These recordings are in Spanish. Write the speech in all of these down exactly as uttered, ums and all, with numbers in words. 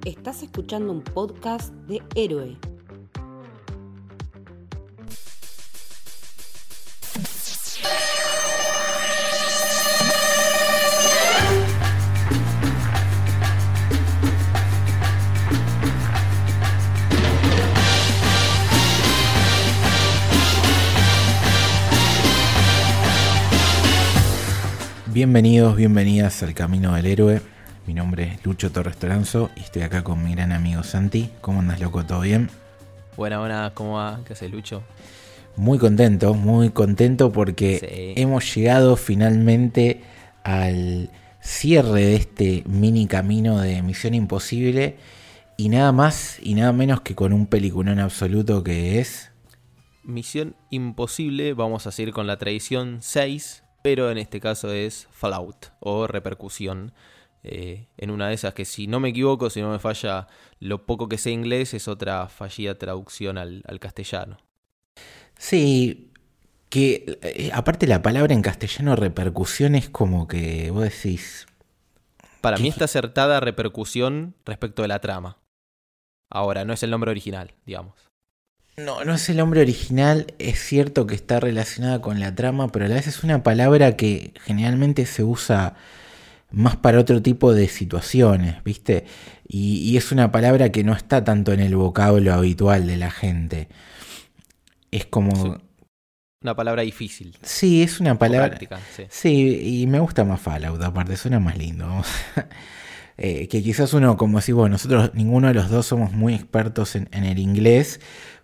Estás escuchando un podcast de Héroe. Bienvenidos, bienvenidas al Camino del Héroe. Mi nombre es Lucho Torres Toranzo y estoy acá con mi gran amigo Santi. ¿Cómo andas, loco? ¿Todo bien? Buena, buena, ¿cómo va? ¿Qué haces, Lucho? Muy contento, muy contento porque sí. Hemos llegado finalmente al cierre de este mini camino de Misión Imposible y nada más y nada menos que con un peliculón absoluto que es... Misión Imposible, vamos a seguir con la tradición seis, pero en este caso es Fallout o Repercusión. Eh, en una de esas que, si no me equivoco, si no me falla lo poco que sé inglés, es otra fallida traducción al, al castellano. Sí, que eh, aparte la palabra en castellano repercusión es como que vos decís... Para ¿qué? mí está acertada repercusión respecto de la trama. Ahora, no es el nombre original, digamos. No, no es el nombre original, es cierto que está relacionada con la trama, pero a la vez es una palabra que generalmente se usa más para otro tipo de situaciones, ¿viste? Y, y es una palabra que no está tanto en el vocablo habitual de la gente. Es como... Sí. Una palabra difícil. Sí, es una palabra... Práctica, sí. Sí, y me gusta más Fallout, aparte, suena más lindo. eh, que quizás uno, como decís vos, nosotros ninguno de los dos somos muy expertos en, en el inglés,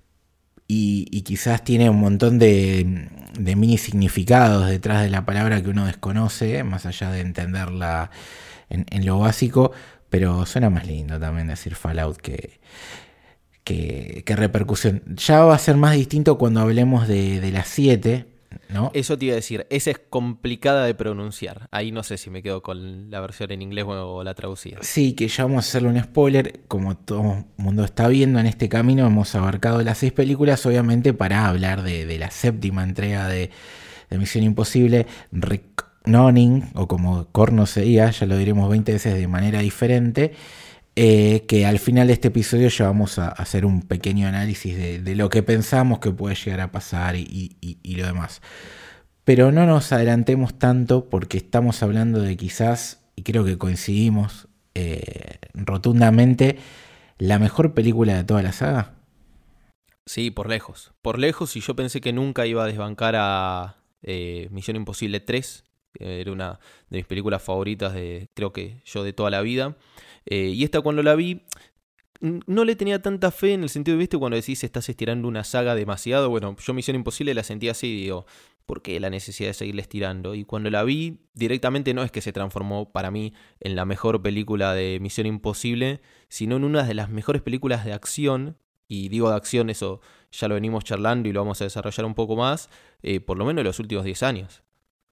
y, y quizás tiene un montón de, de mini significados detrás de la palabra que uno desconoce, más allá de entenderla en, en lo básico, pero suena más lindo también decir Fallout que, que, que Repercusión. Ya va a ser más distinto cuando hablemos de, de las siete, ¿no? Eso te iba a decir, esa es complicada de pronunciar. Ahí no sé si me quedo con la versión en inglés o la traducida. Sí, que ya vamos a hacerle un spoiler. Como todo el mundo está viendo en este camino, hemos abarcado las seis películas, obviamente, para hablar de, de la séptima entrega de, de Misión Imposible, Rick Noning, o como Corno se diga, ya lo diremos veinte veces de manera diferente. Eh, que al final de este episodio ya vamos a hacer un pequeño análisis de, de lo que pensamos que puede llegar a pasar y, y, y lo demás. Pero no nos adelantemos tanto porque estamos hablando de quizás, y creo que coincidimos eh, rotundamente, la mejor película de toda la saga. Sí, por lejos. Por lejos, y yo pensé que nunca iba a desbancar a eh, Misión Imposible tres. Era una de mis películas favoritas, de creo que yo de toda la vida. Eh, y esta, cuando la vi, no le tenía tanta fe, en el sentido de, ¿viste? Cuando decís estás estirando una saga demasiado. Bueno, yo Misión Imposible la sentí así y digo, ¿por qué la necesidad de seguirla estirando? Y cuando la vi, directamente no es que se transformó para mí en la mejor película de Misión Imposible, sino en una de las mejores películas de acción. Y digo de acción, eso ya lo venimos charlando y lo vamos a desarrollar un poco más, eh, por lo menos en los últimos diez años.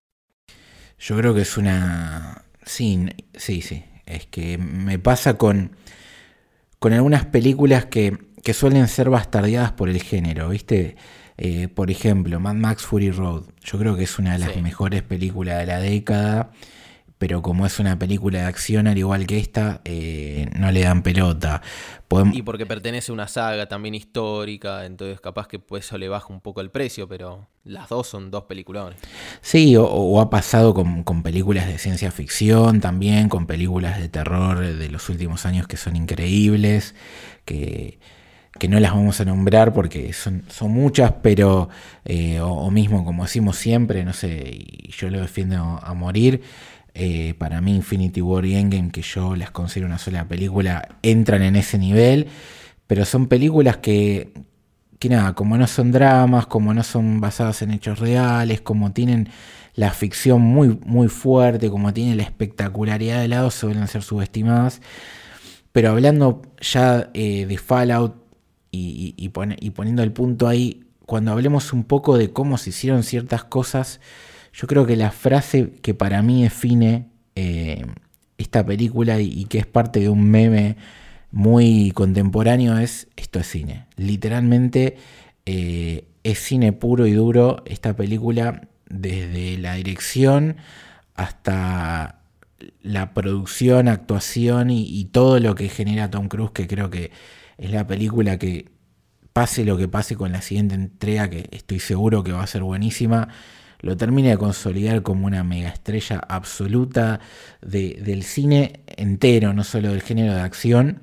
Yo creo que es una... Sí, sí, sí. Es que me pasa con, con algunas películas que, que suelen ser bastardeadas por el género, ¿viste? Eh, por ejemplo, Mad Max Fury Road. Yo creo que es una de las sí. mejores películas de la década, pero como es una película de acción, al igual que esta, eh, no le dan pelota. Podemos... Y porque pertenece a una saga también histórica, entonces capaz que pues eso le baja un poco el precio, pero las dos son dos peliculones. Sí, o, o ha pasado con, con películas de ciencia ficción también, con películas de terror de los últimos años que son increíbles, que... que no las vamos a nombrar porque son, son muchas, pero eh, o, o mismo como decimos siempre, no sé, y yo lo defiendo a morir, eh, para mí Infinity War y Endgame, que yo las considero una sola película, entran en ese nivel, pero son películas que, que nada, como no son dramas, como no son basadas en hechos reales, como tienen la ficción muy, muy fuerte, como tienen la espectacularidad de lado, suelen ser subestimadas. Pero hablando ya eh, de Fallout, Y, y, y, pon, y poniendo el punto ahí, cuando hablemos un poco de cómo se hicieron ciertas cosas, yo creo que la frase que para mí define eh, esta película y, y que es parte de un meme muy contemporáneo es: esto es cine. Literalmente eh, es cine puro y duro esta película, desde la dirección hasta la producción, actuación y, y todo lo que genera Tom Cruise, que creo que es la película que, pase lo que pase con la siguiente entrega, que estoy seguro que va a ser buenísima, lo termina de consolidar como una mega estrella absoluta de, del cine entero, no solo del género de acción,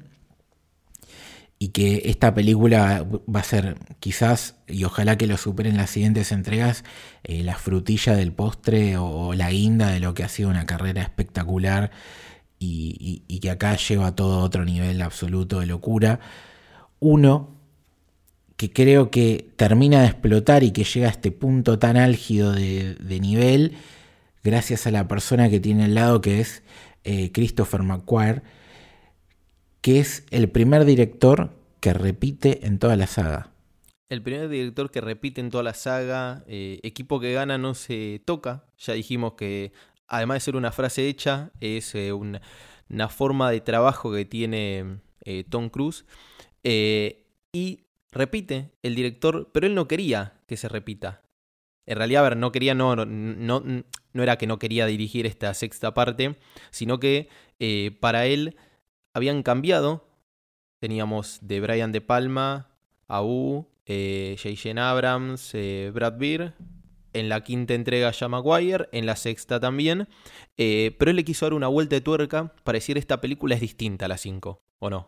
y que esta película va a ser quizás, y ojalá que lo superen las siguientes entregas, eh, la frutilla del postre o, o la guinda de lo que ha sido una carrera espectacular y, y, y que acá lleva todo a otro nivel absoluto de locura. Uno que creo que termina de explotar y que llega a este punto tan álgido de, de nivel gracias a la persona que tiene al lado, que es eh, Christopher McQuarrie, que es el primer director que repite en toda la saga. El primer director que repite en toda la saga, eh, equipo que gana no se toca. Ya dijimos que además de ser una frase hecha, es eh, una, una forma de trabajo que tiene eh, Tom Cruise. Eh, y repite el director, pero él no quería que se repita. En realidad, a ver, no quería, no, no, no, no era que no quería dirigir esta sexta parte, sino que eh, para él habían cambiado. Teníamos de Brian De Palma, Abu, eh, J J Abrams, eh, Brad Bird. En la quinta entrega ya Maguire, en la sexta también. Eh, pero él le quiso dar una vuelta de tuerca para decir esta película es distinta a la cinco, ¿o no?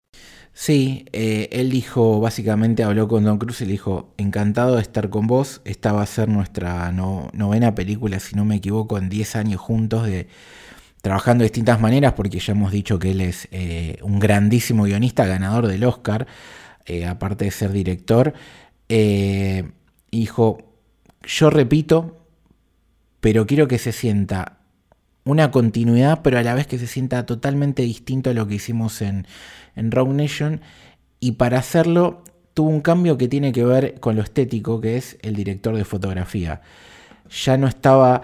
Sí, eh, él dijo, básicamente habló con Tom Cruise y le dijo, encantado de estar con vos, esta va a ser nuestra no, novena película, si no me equivoco, en diez años juntos, de trabajando de distintas maneras, porque ya hemos dicho que él es eh, un grandísimo guionista, ganador del Oscar, eh, aparte de ser director. Eh, dijo, yo repito, pero quiero que se sienta una continuidad, pero a la vez que se sienta totalmente distinto a lo que hicimos en, en Rogue Nation, y para hacerlo tuvo un cambio que tiene que ver con lo estético, que es el director de fotografía. Ya no estaba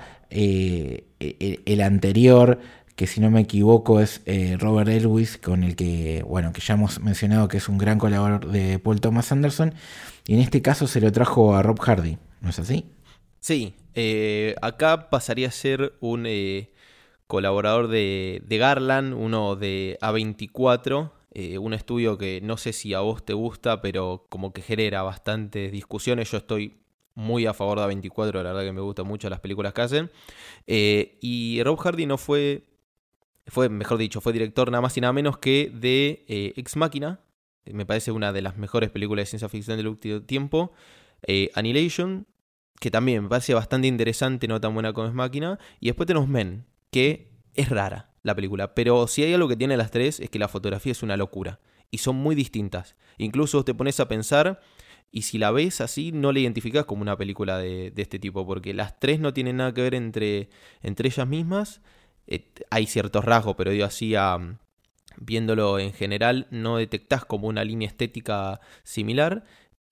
eh, el anterior, que si no me equivoco es eh, Robert Elwes, con el que, bueno, que ya hemos mencionado que es un gran colaborador de Paul Thomas Anderson, y en este caso se lo trajo a Rob Hardy, ¿no es así? Sí, eh, acá pasaría a ser un eh, colaborador de, de Garland, uno de A veinticuatro, eh, un estudio que no sé si a vos te gusta, pero como que genera bastantes discusiones. Yo estoy muy a favor de A veinticuatro, la verdad que me gustan mucho las películas que hacen. Eh, y Rob Hardy no fue, fue, mejor dicho, fue director nada más y nada menos que de eh, Ex Machina, me parece una de las mejores películas de ciencia ficción del último tiempo, eh, Annihilation, que también me parece bastante interesante, no tan buena como Ex Machina, y después tenemos Men, que es rara la película, pero si hay algo que tiene las tres es que la fotografía es una locura, y son muy distintas. Incluso te pones a pensar, y si la ves así, no la identificás como una película de, de este tipo, porque las tres no tienen nada que ver entre, entre ellas mismas. Eh, hay ciertos rasgos, pero digo así, um, viéndolo en general, no detectás como una línea estética similar,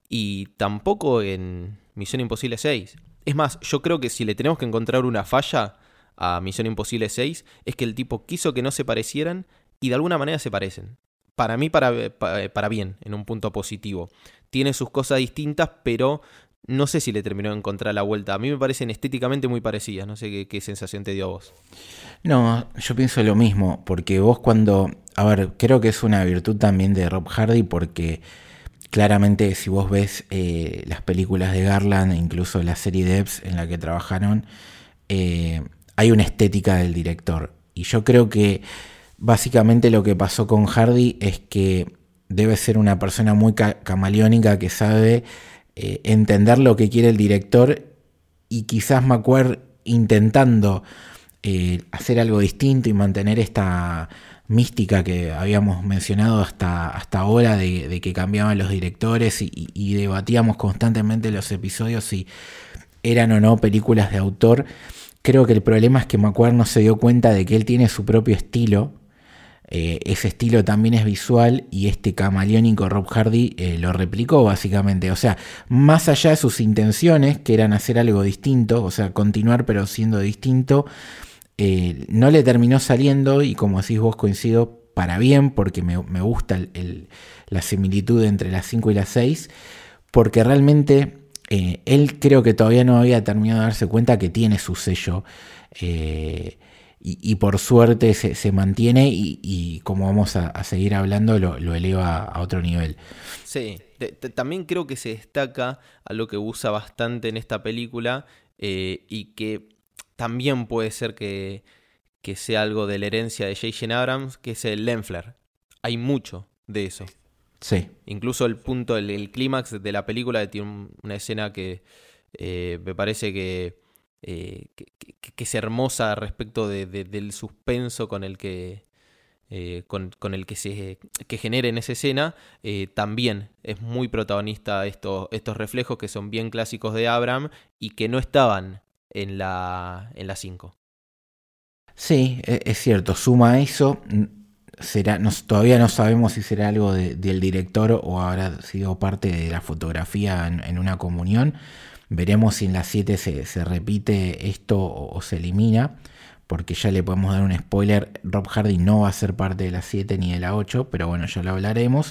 y tampoco en Misión Imposible seis. Es más, yo creo que si le tenemos que encontrar una falla a Misión Imposible seis, es que el tipo quiso que no se parecieran y de alguna manera se parecen. Para mí, para, para, para bien, en un punto positivo. Tiene sus cosas distintas, pero no sé si le terminó de encontrar la vuelta. A mí me parecen estéticamente muy parecidas. No sé qué, qué sensación te dio a vos. No, yo pienso lo mismo, porque vos cuando... A ver, creo que es una virtud también de Rob Hardy, porque claramente si vos ves eh, las películas de Garland, incluso la serie de Epps en la que trabajaron, eh, hay una estética del director. Y yo creo que básicamente lo que pasó con Hardy es que debe ser una persona muy ca- camaleónica que sabe eh, entender lo que quiere el director, y quizás McQuarrie intentando eh, hacer algo distinto y mantener esta mística que habíamos mencionado hasta, hasta ahora de, de que cambiaban los directores y, y debatíamos constantemente los episodios si eran o no películas de autor. Creo que el problema es que McQuarrie no se dio cuenta de que él tiene su propio estilo. Eh, ese estilo también es visual, y este camaleónico Rob Hardy eh, lo replicó básicamente. O sea, más allá de sus intenciones, que eran hacer algo distinto, o sea, continuar pero siendo distinto, eh, no le terminó saliendo, y como decís vos, coincido para bien, porque me, me gusta el, el, la similitud entre las cinco y las seis, porque realmente eh, él creo que todavía no había terminado de darse cuenta que tiene su sello. Eh, y, y por suerte se, se mantiene y, y como vamos a, a seguir hablando lo, lo eleva a otro nivel. Sí, de, de, también creo que se destaca algo que usa bastante en esta película eh, y que también puede ser que, que sea algo de la herencia de J J Abrams, que es el lens flare. Hay mucho de eso. Sí. Incluso el punto, el, el clímax de la película tiene una escena que eh, me parece que, eh, que, que, que es hermosa respecto de, de, del suspenso con el que eh, con, con el que se que genera en esa escena. Eh, también es muy protagonista estos, estos reflejos que son bien clásicos de Abrams y que no estaban en la en la cinco. Sí, es cierto, suma a eso. Será, no, todavía no sabemos si será algo de, del director o habrá sido parte de la fotografía en, en una comunión. Veremos si en la siete se, se repite esto o, o se elimina, porque ya le podemos dar un spoiler: Rob Hardy no va a ser parte de la siete ni de la ocho, pero bueno, ya lo hablaremos.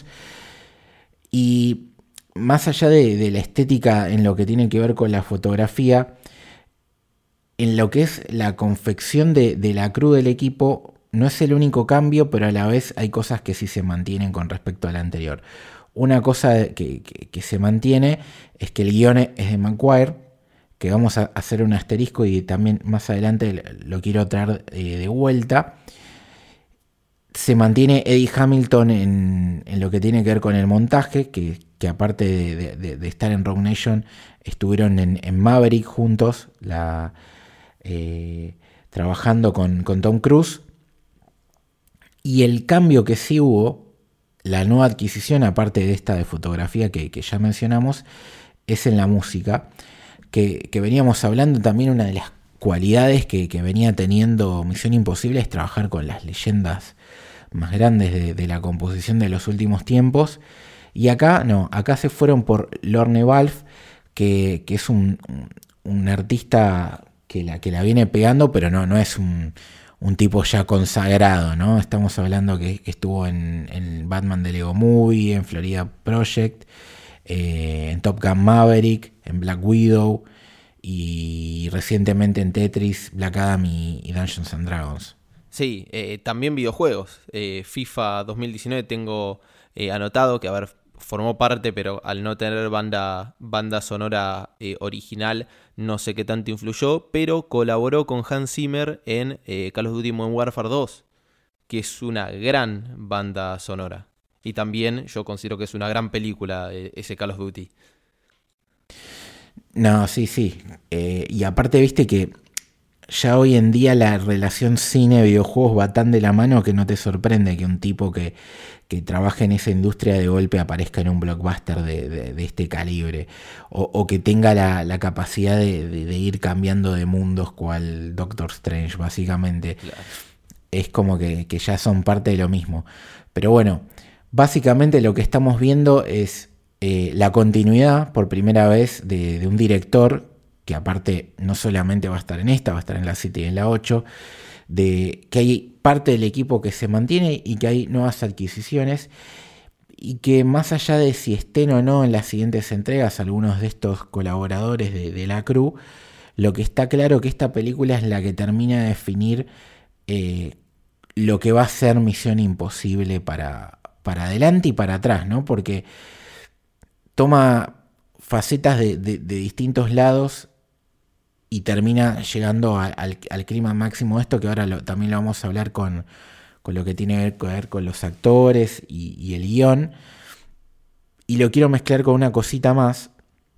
Y más allá de, de la estética en lo que tiene que ver con la fotografía, en lo que es la confección de, de la crew del equipo, no es el único cambio, pero a la vez hay cosas que sí se mantienen con respecto a la anterior. Una cosa que, que, que se mantiene es que el guion es de McGuire, que vamos a hacer un asterisco y también más adelante lo quiero traer eh, de vuelta. Se mantiene Eddie Hamilton en, en lo que tiene que ver con el montaje, que, que aparte de, de, de estar en Rogue Nation, estuvieron en, en Maverick juntos, la, eh, trabajando con, con Tom Cruise. Y el cambio que sí hubo, la nueva adquisición, aparte de esta de fotografía que, que ya mencionamos, es en la música, que, que veníamos hablando también. Una de las cualidades que, que venía teniendo Misión Imposible es trabajar con las leyendas más grandes de, de la composición de los últimos tiempos. Y acá no, acá se fueron por Lorne Balfe, que, que es un, un artista que la, que la viene pegando, pero no, no es un... un tipo ya consagrado, ¿no? Estamos hablando que, que estuvo en, en Batman de Lego Movie, en Florida Project, eh, en Top Gun Maverick, en Black Widow y recientemente en Tetris, Black Adam y, y Dungeons and Dragons. Sí, eh, también videojuegos. Eh, FIFA dos mil diecinueve tengo eh, anotado que, a ver, formó parte, pero al no tener banda, banda sonora eh, original, no sé qué tanto influyó, pero colaboró con Hans Zimmer en eh, Call of Duty Modern Warfare dos, que es una gran banda sonora. Y también yo considero que es una gran película eh, ese Call of Duty. No, sí, sí. Eh, y aparte, viste que ya hoy en día la relación cine-videojuegos va tan de la mano que no te sorprende que un tipo que, que trabaje en esa industria de golpe aparezca en un blockbuster de, de, de este calibre, o, o que tenga la, la capacidad de, de, de ir cambiando de mundos cual Doctor Strange, básicamente. Claro. Es como que, que ya son parte de lo mismo. Pero bueno, básicamente lo que estamos viendo es eh, la continuidad por primera vez de, de un director que aparte no solamente va a estar en esta, va a estar en la siete y en la ocho, de que hay parte del equipo que se mantiene y que hay nuevas adquisiciones, y que más allá de si estén o no en las siguientes entregas algunos de estos colaboradores de, de la crew, lo que está claro que esta película es la que termina de definir eh, lo que va a ser Misión Imposible para, para adelante y para atrás, ¿no? Porque toma facetas de, de, de distintos lados y termina llegando a, al, al clima máximo de esto, que ahora lo, también lo vamos a hablar con, con lo que tiene que ver con los actores y, y el guión. Y lo quiero mezclar con una cosita más,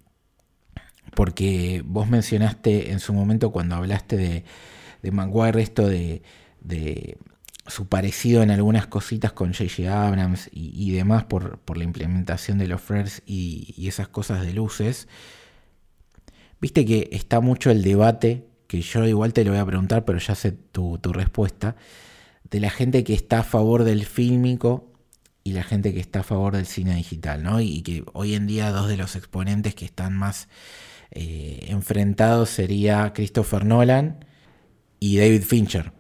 porque vos mencionaste en su momento cuando hablaste de, de Maguire esto de, de su parecido en algunas cositas con J J Abrams y, y demás por, por la implementación de los flares y, y esas cosas de luces. Viste que está mucho el debate, que yo igual te lo voy a preguntar, pero ya sé tu, tu respuesta, de la gente que está a favor del fílmico y la gente que está a favor del cine digital, ¿no? Y que hoy en día dos de los exponentes que están más eh, enfrentados sería Christopher Nolan y David Fincher.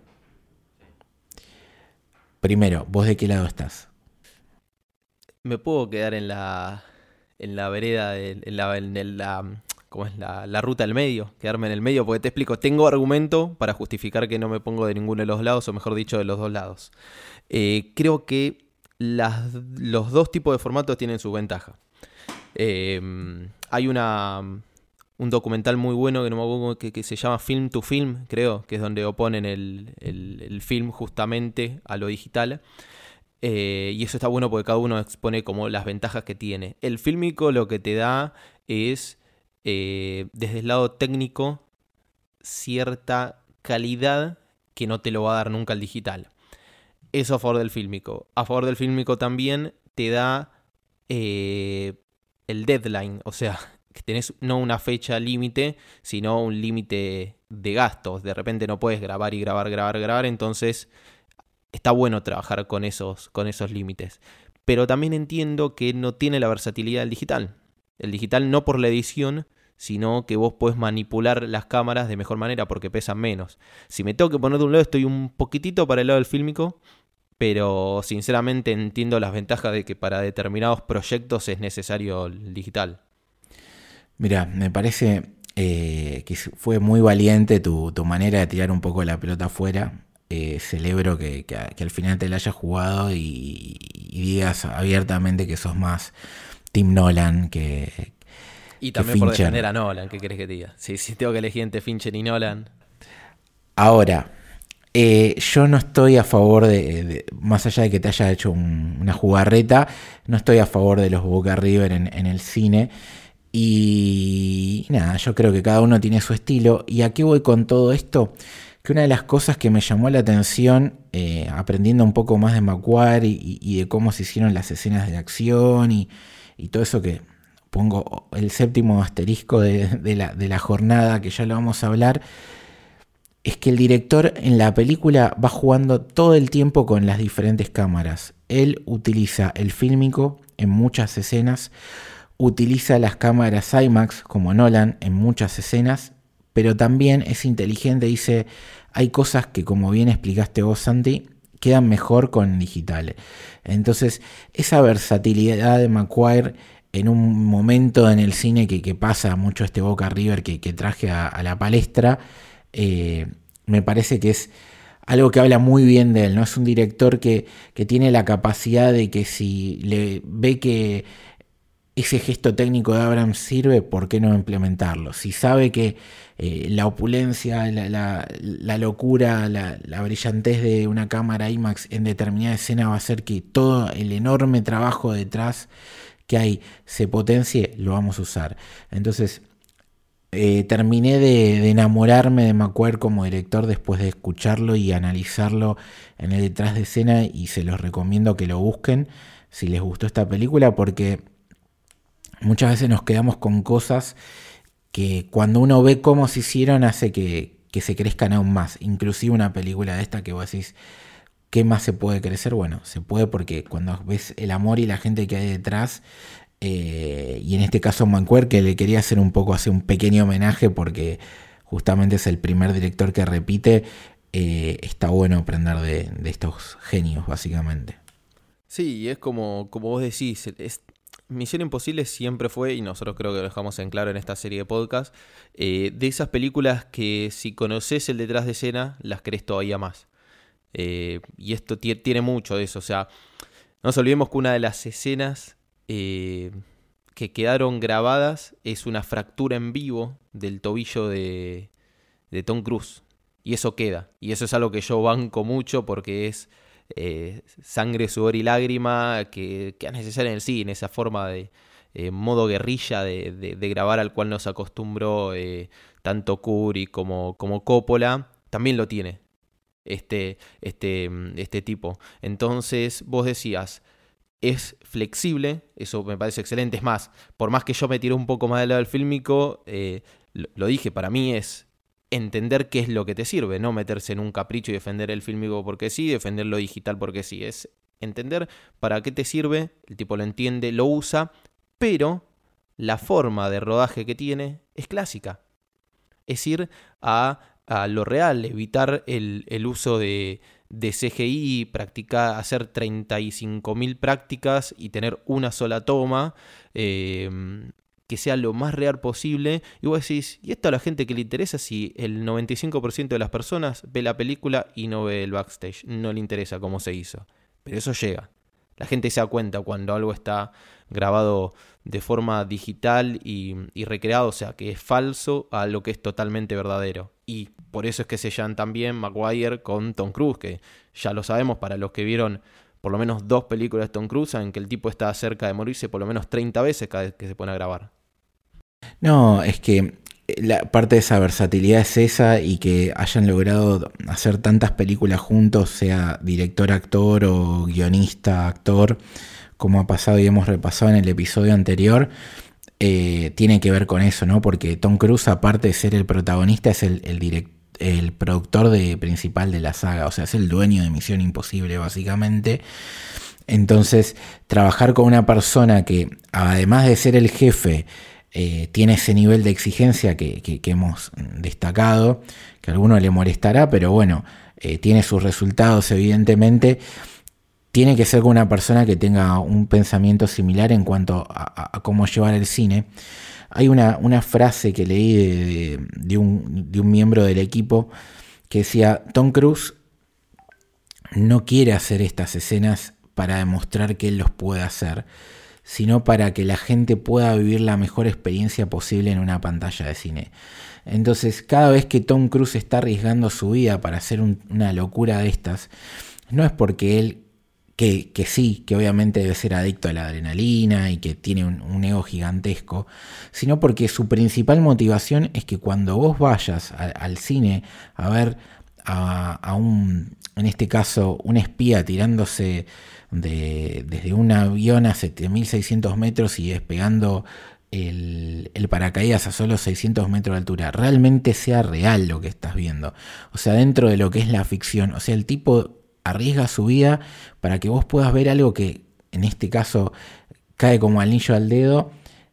Primero, ¿vos de qué lado estás? Me puedo quedar en la en la vereda, de, en la... En la ¿cómo es? La, la ruta del medio, quedarme en el medio, porque te explico, tengo argumento para justificar que no me pongo de ninguno de los lados, o mejor dicho, de los dos lados. Eh, creo que las, los dos tipos de formatos tienen su ventaja. Eh, hay una, un documental muy bueno que, no me acuerdo, que, que se llama Film to Film, creo, que es donde oponen el, el, el film justamente a lo digital. Eh, y eso está bueno porque cada uno expone como las ventajas que tiene. El fílmico lo que te da es, eh, desde el lado técnico, cierta calidad que no te lo va a dar nunca el digital. Eso a favor del fílmico. A favor del fílmico también te da eh, el deadline, o sea, que tenés no una fecha límite, sino un límite de gastos. De repente no puedes grabar y grabar, grabar, grabar, entonces está bueno trabajar con esos, con esos límites. Pero también entiendo que no tiene la versatilidad del digital. El digital no por la edición, sino que vos podés manipular las cámaras de mejor manera porque pesan menos. Si me tengo que poner de un lado, estoy un poquitito para el lado del fílmico, pero sinceramente entiendo las ventajas de que para determinados proyectos es necesario el digital. Mira, me parece eh, que fue muy valiente tu, tu manera de tirar un poco la pelota afuera. Eh, celebro que, que, que al final te la hayas jugado y, y digas abiertamente que sos más Team Nolan que Y también que por Fincher. defender a Nolan, ¿qué querés que te diga? Si, si tengo que elegir entre Fincher y Nolan. Ahora, eh, yo no estoy a favor de, de, más allá de que te haya hecho un, una jugarreta, no estoy a favor de los Boca River en, en el cine. Y nada, yo creo que cada uno tiene su estilo. ¿Y a qué voy con todo esto? Que una de las cosas que me llamó la atención, eh, aprendiendo un poco más de Macquarie y, y de cómo se hicieron las escenas de acción y, y todo eso, que pongo el séptimo asterisco de, de, la, de la jornada, que ya lo vamos a hablar, es que el director en la película va jugando todo el tiempo con las diferentes cámaras. Él utiliza el fílmico en muchas escenas, utiliza las cámaras IMAX como Nolan en muchas escenas, pero también es inteligente, dice, hay cosas que, como bien explicaste vos, Santi, quedan mejor con digital. Entonces, esa versatilidad de Macquarie en un momento en el cine que, que pasa mucho este Boca River que, que traje a, a la palestra, eh, me parece que es algo que habla muy bien de él, ¿no? Es un director que, que tiene la capacidad de que si le ve que ese gesto técnico de Abrams sirve, ¿por qué no implementarlo? Si sabe que eh, la opulencia, la, la, la locura, la, la brillantez de una cámara IMAX en determinada escena va a hacer que todo el enorme trabajo detrás que hay se potencie, lo vamos a usar. Entonces, eh, terminé de, de enamorarme de Macquarie como director después de escucharlo y analizarlo en el detrás de escena, y se los recomiendo que lo busquen si les gustó esta película, porque muchas veces nos quedamos con cosas que cuando uno ve cómo se hicieron hace que, que se crezcan aún más. Inclusive una película de esta que vos decís, ¿qué más se puede crecer? Bueno, se puede porque cuando ves el amor y la gente que hay detrás, eh, y en este caso Macquarie, que le quería hacer un poco, hacer un pequeño homenaje porque justamente es el primer director que repite, eh, está bueno aprender de, de estos genios, básicamente. Sí, es como, como vos decís, es... Misión Imposible siempre fue, y nosotros creo que lo dejamos en claro en esta serie de podcast, eh, de esas películas que si conoces el detrás de escena, las querés todavía más. Eh, y esto t- tiene mucho de eso. O sea, no nos olvidemos que una de las escenas eh, que quedaron grabadas es una fractura en vivo del tobillo de, de Tom Cruise. Y eso queda. Y eso es algo que yo banco mucho porque es... Eh, sangre, sudor y lágrima que, que es necesaria en el cine, esa forma de eh, modo guerrilla de, de, de grabar al cual nos acostumbró eh, tanto Kubrick como, como Coppola, también lo tiene este, este, este tipo. Entonces vos decías, es flexible, eso me parece excelente. Es más, por más que yo me tiré un poco más del lado del fílmico, eh, lo, lo dije, para mí es entender qué es lo que te sirve, no meterse en un capricho y defender el fílmico porque sí, defender lo digital porque sí. Es entender para qué te sirve, el tipo lo entiende, lo usa, pero la forma de rodaje que tiene es clásica. Es ir a, a lo real, evitar el, el uso de, de C G I, practicar, hacer treinta y cinco mil prácticas y tener una sola toma, eh, que sea lo más real posible. Y vos decís, ¿y esto a la gente que le interesa si el noventa y cinco por ciento de las personas ve la película y no ve el backstage? No le interesa cómo se hizo. Pero eso llega. La gente se da cuenta cuando algo está grabado de forma digital y, y recreado, o sea, que es falso a lo que es totalmente verdadero. Y por eso es que se llaman también Maguire con Tom Cruise, que ya lo sabemos, para los que vieron por lo menos dos películas de Tom Cruise, en que el tipo está cerca de morirse por lo menos treinta veces cada vez que se pone a grabar. No, es que la parte de esa versatilidad es esa, y que hayan logrado hacer tantas películas juntos, sea director, actor o guionista, actor, como ha pasado y hemos repasado en el episodio anterior, eh, tiene que ver con eso, ¿no? Porque Tom Cruise, aparte de ser el protagonista, es el, el director, el productor de, principal de la saga, o sea, es el dueño de Misión Imposible, básicamente. Entonces, trabajar con una persona que, además de ser el jefe, eh, tiene ese nivel de exigencia que, que, que hemos destacado, que a alguno le molestará, pero bueno, eh, tiene sus resultados, evidentemente. Tiene que ser con una persona que tenga un pensamiento similar en cuanto a, a, a cómo llevar el cine. Hay una, una frase que leí de, de, un, de un miembro del equipo que decía: Tom Cruise no quiere hacer estas escenas para demostrar que él los puede hacer, sino para que la gente pueda vivir la mejor experiencia posible en una pantalla de cine. Entonces, cada vez que Tom Cruise está arriesgando su vida para hacer un, una locura de estas, no es porque él Que, que sí, que obviamente debe ser adicto a la adrenalina y que tiene un, un ego gigantesco, sino porque su principal motivación es que cuando vos vayas a, al cine a ver a, a un, en este caso, un espía tirándose de, desde un avión a siete mil seiscientos metros y despegando el, el paracaídas a solo seiscientos metros de altura, realmente sea real lo que estás viendo. O sea, dentro de lo que es la ficción, o sea, el tipo arriesga su vida para que vos puedas ver algo que en este caso cae como anillo al dedo,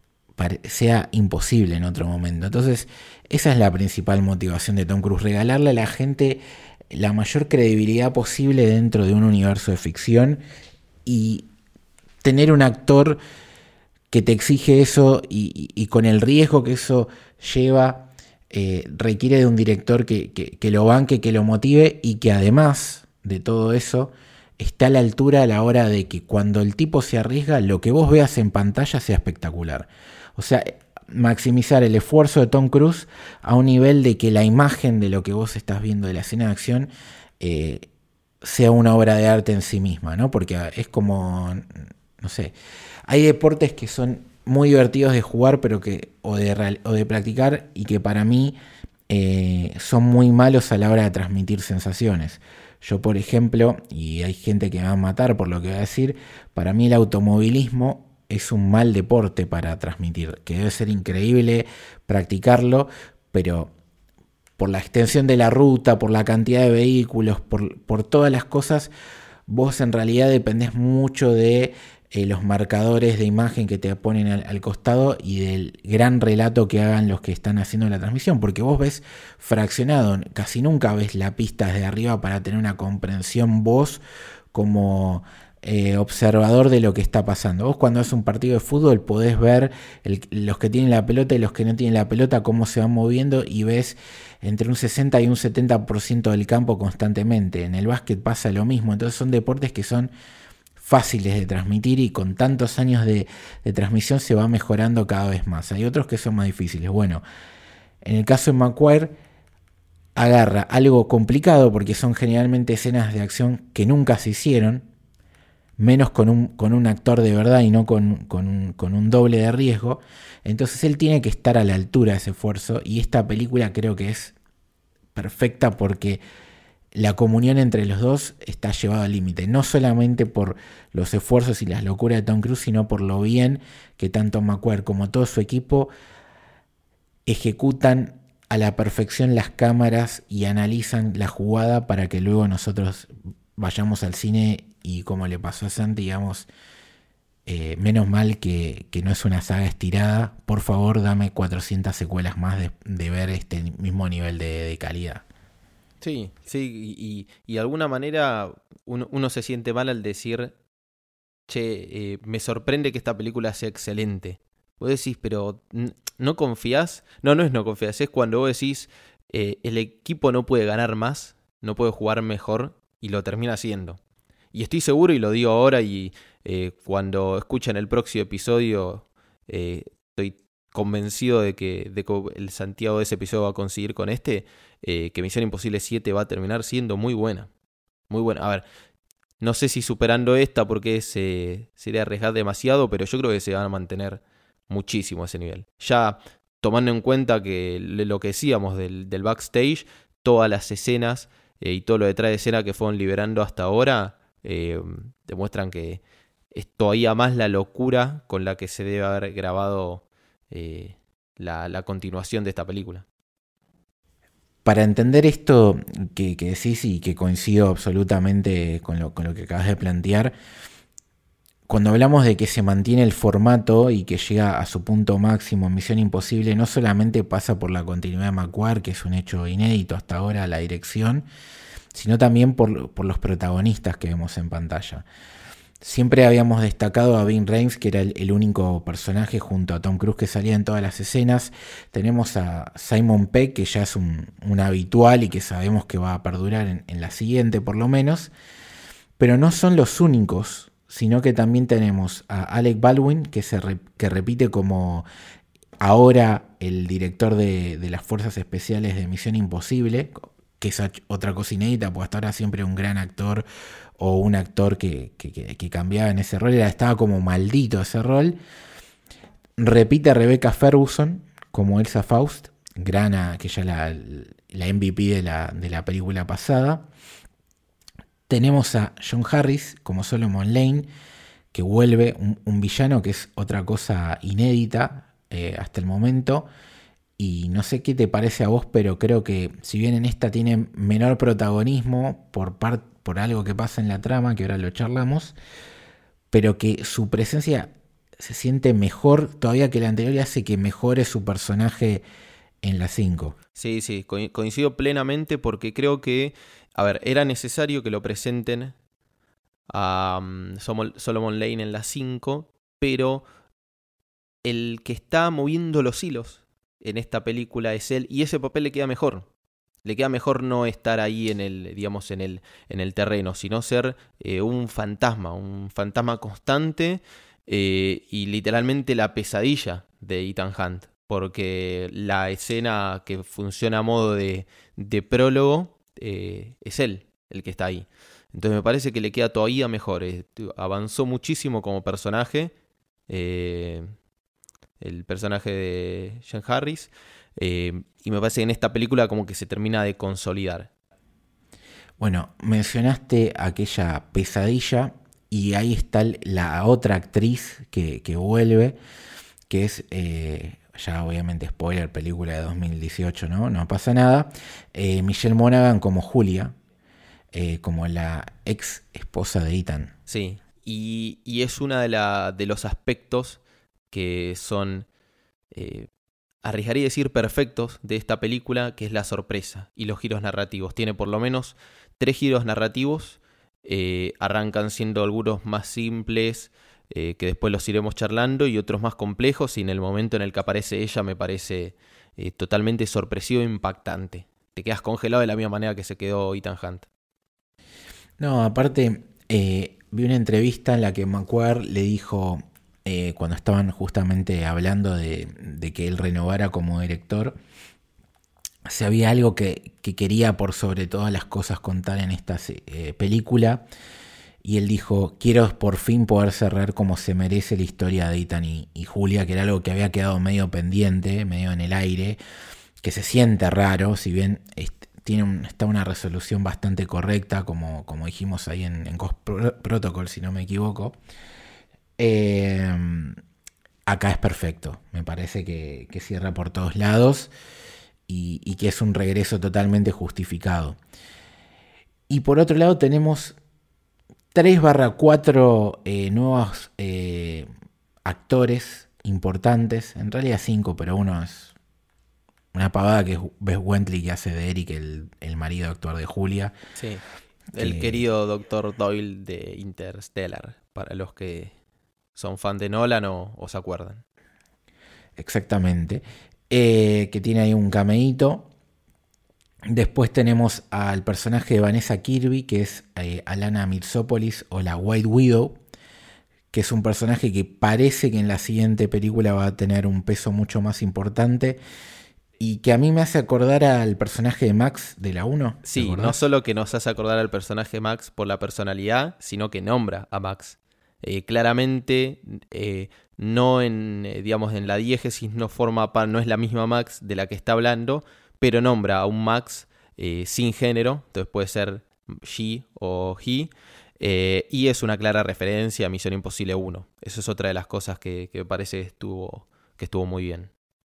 sea imposible en otro momento. Entonces esa es la principal motivación de Tom Cruise: regalarle a la gente la mayor credibilidad posible dentro de un universo de ficción y tener un actor que te exige eso, y, y, y con el riesgo que eso lleva, eh, requiere de un director que, que, que lo banque, que lo motive, y que además de todo eso está a la altura a la hora de que cuando el tipo se arriesga, lo que vos veas en pantalla sea espectacular. O sea, maximizar el esfuerzo de Tom Cruise a un nivel de que la imagen de lo que vos estás viendo de la escena de acción eh, sea una obra de arte en sí misma, ¿no? Porque es como, no sé, hay deportes que son muy divertidos de jugar, pero que o de, o de practicar, y que para mí eh, son muy malos a la hora de transmitir sensaciones. Yo, por ejemplo, y hay gente que me va a matar por lo que voy a decir, para mí el automovilismo es un mal deporte para transmitir, que debe ser increíble practicarlo, pero por la extensión de la ruta, por la cantidad de vehículos, por, por todas las cosas, vos en realidad dependés mucho de eh, los marcadores de imagen que te ponen al, al costado y del gran relato que hagan los que están haciendo la transmisión, porque vos ves fraccionado, casi nunca ves la pista desde arriba para tener una comprensión vos como eh, observador de lo que está pasando. Vos cuando haces un partido de fútbol podés ver el, los que tienen la pelota y los que no tienen la pelota, cómo se van moviendo, y ves entre un sesenta y un setenta por ciento del campo constantemente. En el básquet pasa lo mismo. Entonces son deportes que son fáciles de transmitir, y con tantos años de, de transmisión se va mejorando cada vez más. Hay otros que son más difíciles. Bueno, en el caso de Maguire, agarra algo complicado porque son generalmente escenas de acción que nunca se hicieron, menos con un, con un actor de verdad y no con, con, un, con un doble de riesgo. Entonces él tiene que estar a la altura de ese esfuerzo, y esta película creo que es perfecta porque la comunión entre los dos está llevada al límite, no solamente por los esfuerzos y las locuras de Tom Cruise, sino por lo bien que tanto Maguire como todo su equipo ejecutan a la perfección las cámaras y analizan la jugada para que luego nosotros vayamos al cine y, como le pasó a Santi, digamos, eh, menos mal que, que no es una saga estirada, por favor dame cuatrocientas secuelas más de, de ver este mismo nivel de, de calidad. Sí, sí, y, y de alguna manera uno, uno se siente mal al decir, che, eh, me sorprende que esta película sea excelente, vos decís, pero ¿no confías? No, no es no confías, es cuando vos decís, eh, el equipo no puede ganar más, no puede jugar mejor, y lo termina haciendo. Y estoy seguro, y lo digo ahora, y eh, cuando escuchan el próximo episodio, eh, estoy convencido de que, de que el Santiago de ese episodio va a conseguir con este, eh, que Misión Imposible siete va a terminar siendo muy buena. Muy buena. A ver, no sé si superando esta porque se, sería arriesgar demasiado, pero yo creo que se van a mantener muchísimo ese nivel. Ya tomando en cuenta que lo que decíamos del, del backstage, todas las escenas eh, y todo lo detrás de escena que fueron liberando hasta ahora, eh, demuestran que es todavía más la locura con la que se debe haber grabado eh, la, la continuación de esta película. Para entender esto que, que decís y que coincido absolutamente con lo, con lo que acabas de plantear, cuando hablamos de que se mantiene el formato y que llega a su punto máximo en Misión Imposible, no solamente pasa por la continuidad de McQuarrie, que es un hecho inédito hasta ahora, la dirección, sino también por, por los protagonistas que vemos en pantalla. Siempre habíamos destacado a Ving Rhames, que era el, el único personaje junto a Tom Cruise que salía en todas las escenas. Tenemos a Simon Pegg, que ya es un, un habitual y que sabemos que va a perdurar en, en la siguiente por lo menos. Pero no son los únicos, sino que también tenemos a Alec Baldwin, que, se re, que repite como ahora el director de, de las Fuerzas Especiales de Misión Imposible, que es otra cosa inédita, porque hasta ahora siempre un gran actor o un actor que, que, que cambiaba en ese rol, era, estaba como maldito ese rol. Repite a Rebecca Ferguson como Elsa Faust, gran, que ya la, la M V P de la, de la película pasada. Tenemos a John Harris como Solomon Lane, que vuelve un, un villano que es otra cosa inédita eh, hasta el momento. Y no sé qué te parece a vos, pero creo que si bien en esta tiene menor protagonismo por, par, por algo que pasa en la trama, que ahora lo charlamos, pero que su presencia se siente mejor todavía que la anterior y hace que mejore su personaje en la cinco. Sí, sí, co- coincido plenamente porque creo que, a ver, era necesario que lo presenten a um, Solomon Lane en la cinco, pero el que está moviendo los hilos en esta película es él, y ese papel le queda mejor. Le queda mejor no estar ahí en el, digamos, en el, en el terreno, sino ser eh, un fantasma, un fantasma constante eh, y literalmente la pesadilla de Ethan Hunt, porque la escena que funciona a modo de, de prólogo eh, es él el que está ahí. Entonces me parece que le queda todavía mejor. Eh, avanzó muchísimo como personaje. Eh, el personaje de John Harris, eh, y me parece que en esta película como que se termina de consolidar. Bueno, mencionaste aquella pesadilla y ahí está la otra actriz que, que vuelve, que es, eh, ya obviamente spoiler, película de dos mil dieciocho, ¿no? No pasa nada. Eh, Michelle Monaghan como Julia, eh, como la ex esposa de Ethan. Sí, y, y es uno de, la, de los aspectos que son, eh, arriesgaría decir, perfectos de esta película, que es la sorpresa y los giros narrativos. Tiene por lo menos tres giros narrativos, eh, arrancan siendo algunos más simples, eh, que después los iremos charlando, y otros más complejos, y en el momento en el que aparece ella me parece eh, totalmente sorpresivo e impactante. Te quedas congelado de la misma manera que se quedó Ethan Hunt. No, aparte, eh, vi una entrevista en la que McQuarrie le dijo... Eh, cuando estaban justamente hablando de, de que él renovara como director, si había algo que, que quería por sobre todas las cosas contar en esta eh, película, y él dijo, quiero por fin poder cerrar como se merece la historia de Ethan y, y Julia, que era algo que había quedado medio pendiente, medio en el aire, que se siente raro, si bien este, tiene un, está una resolución bastante correcta, como, como dijimos ahí en, en Ghost Protocol, si no me equivoco. Eh, acá es perfecto, me parece que, que cierra por todos lados y, y que es un regreso totalmente justificado. Y por otro lado tenemos tres barra cuatro eh, nuevos eh, actores importantes, en realidad cinco, pero uno es una pavada, que es Bess Wentley, que hace de Eric, el, el marido actual de Julia. Sí, el que... querido doctor Doyle de Interstellar, para los que son fan de Nolan o, o se acuerdan. exactamente, eh, que tiene ahí un cameíto. Después tenemos al personaje de Vanessa Kirby, que es eh, Alana Mitsopoulos o la White Widow, que es un personaje que parece que en la siguiente película va a tener un peso mucho más importante y que a mí me hace acordar al personaje de Max de la uno. Sí, no solo que nos hace acordar al personaje Max por la personalidad, sino que nombra a Max. Eh, claramente, eh, no en, eh, digamos, en la diégesis no forma pa- no es la misma Max de la que está hablando, pero nombra a un Max eh, sin género, entonces puede ser she o he, eh, y es una clara referencia a Misión Imposible uno. Eso es otra de las cosas que, que me parece que estuvo, que estuvo muy bien.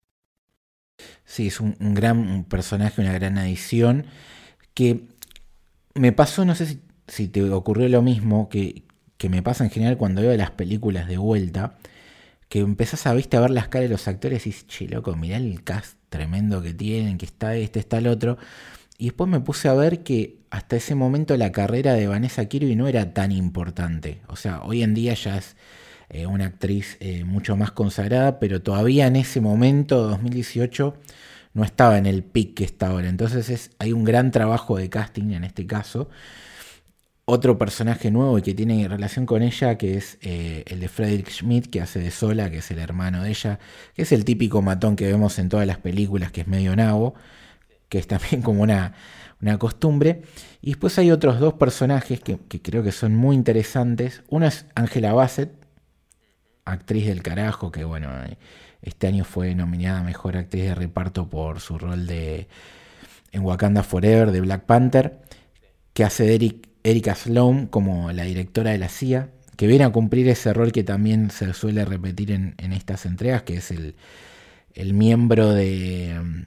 Sí, es un, un gran personaje, una gran adición, que me pasó, no sé si, si te ocurrió lo mismo, que, que me pasa en general cuando veo las películas de vuelta, que empezás a, ¿viste? A ver las caras de los actores y dices, che, loco, mirá el cast tremendo que tienen, que está este, está el otro. Y después me puse a ver que hasta ese momento la carrera de Vanessa Kirby no era tan importante. O sea, hoy en día ya es eh, una actriz eh, mucho más consagrada, pero todavía en ese momento, dos mil dieciocho, no estaba en el pic que está ahora. Entonces es, hay un gran trabajo de casting en este caso. Otro personaje nuevo y que tiene relación con ella, que es eh, el de Frederick Schmidt, que hace de Sola, que es el hermano de ella, que es el típico matón que vemos en todas las películas, que es medio nabo, que es también como una, una costumbre. Y después hay otros dos personajes que, que creo que son muy interesantes. Uno es Angela Bassett, actriz del carajo, que bueno, este año fue nominada a Mejor Actriz de Reparto por su rol de en Wakanda Forever de Black Panther, que hace de Eric, Erika Sloan como la directora de la C I A, que viene a cumplir ese rol que también se suele repetir en, en estas entregas, que es el, el miembro de um,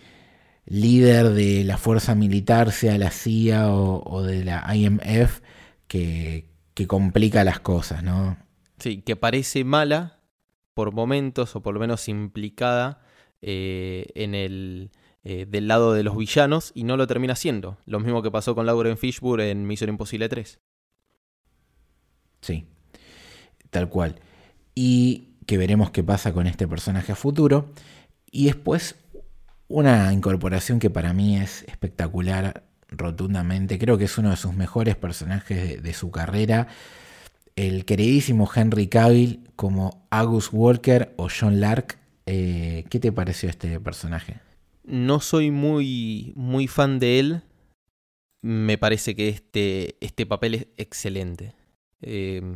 líder de la fuerza militar, sea la C I A o, o de la I M F, que, que complica las cosas, ¿no? Sí, que parece mala por momentos, o por lo menos implicada eh, en el eh, del lado de los villanos, y no lo termina siendo. Lo mismo que pasó con Lauren Fishburne en Misión Imposible tres. Sí, tal cual. Y que veremos qué pasa con este personaje a futuro. Y después una incorporación que para mí es espectacular rotundamente. Creo que es uno de sus mejores personajes de, de su carrera. El queridísimo Henry Cavill como Agus Walker o John Lark. Eh, ¿Qué te pareció este personaje? No soy muy, muy fan de él. Me parece que este, este papel es excelente. Eh,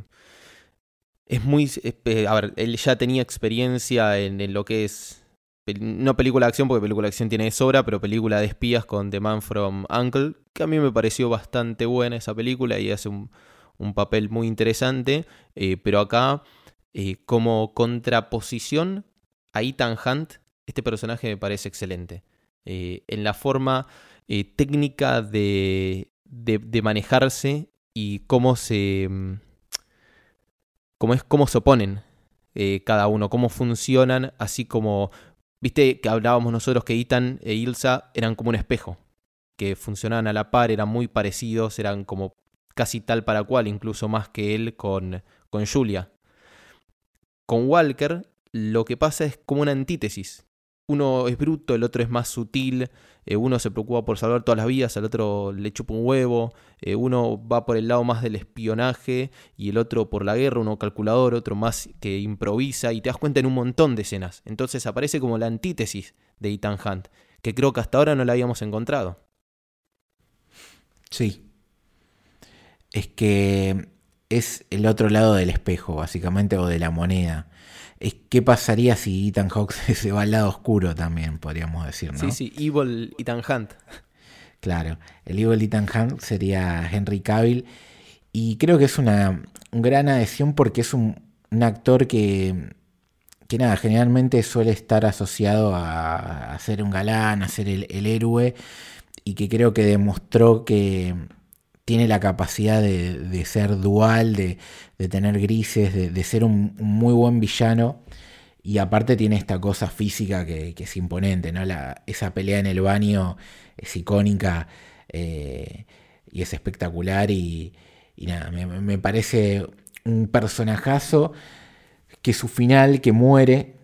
es muy... Eh, a ver, él ya tenía experiencia en, en lo que es... No película de acción, porque película de acción tiene de sobra, pero película de espías con The Man from U N C L E, que a mí me pareció bastante buena esa película y hace un, un papel muy interesante. Eh, pero acá, eh, como contraposición a Ethan Hunt, este personaje me parece excelente. Eh, en la forma eh, técnica de, de, de manejarse y cómo se... cómo es cómo se oponen eh, cada uno, cómo funcionan, así como... Viste que hablábamos nosotros que Ethan e Ilsa eran como un espejo, que funcionaban a la par, eran muy parecidos, eran como casi tal para cual, incluso más que él con, con Julia. Con Walker lo que pasa es como una antítesis. Uno es bruto, el otro es más sutil, eh, uno se preocupa por salvar todas las vidas, al otro le chupa un huevo, eh, uno va por el lado más del espionaje y el otro por la guerra, uno calculador, otro más que improvisa, y te das cuenta en un montón de escenas. Entonces aparece como la antítesis de Ethan Hunt, que creo que hasta ahora no la habíamos encontrado. Sí. Es que es el otro lado del espejo, básicamente, o de la moneda. Es qué pasaría si Ethan Hawke se va al lado oscuro también, podríamos decir, ¿no? Sí, sí, Evil Ethan Hunt. Claro, el Evil Ethan Hunt sería Henry Cavill. Y creo que es una, una gran adhesión porque es un, un actor que, que nada, generalmente suele estar asociado a, a ser un galán, a ser el, el héroe, y que creo que demostró que tiene la capacidad de, de ser dual, de, de tener grises, de, de ser un, un muy buen villano. Y aparte tiene esta cosa física que, que es imponente, ¿no? La, esa pelea en el baño es icónica eh, y es espectacular. Y, y nada, me, me parece un personajazo que su final, que muere,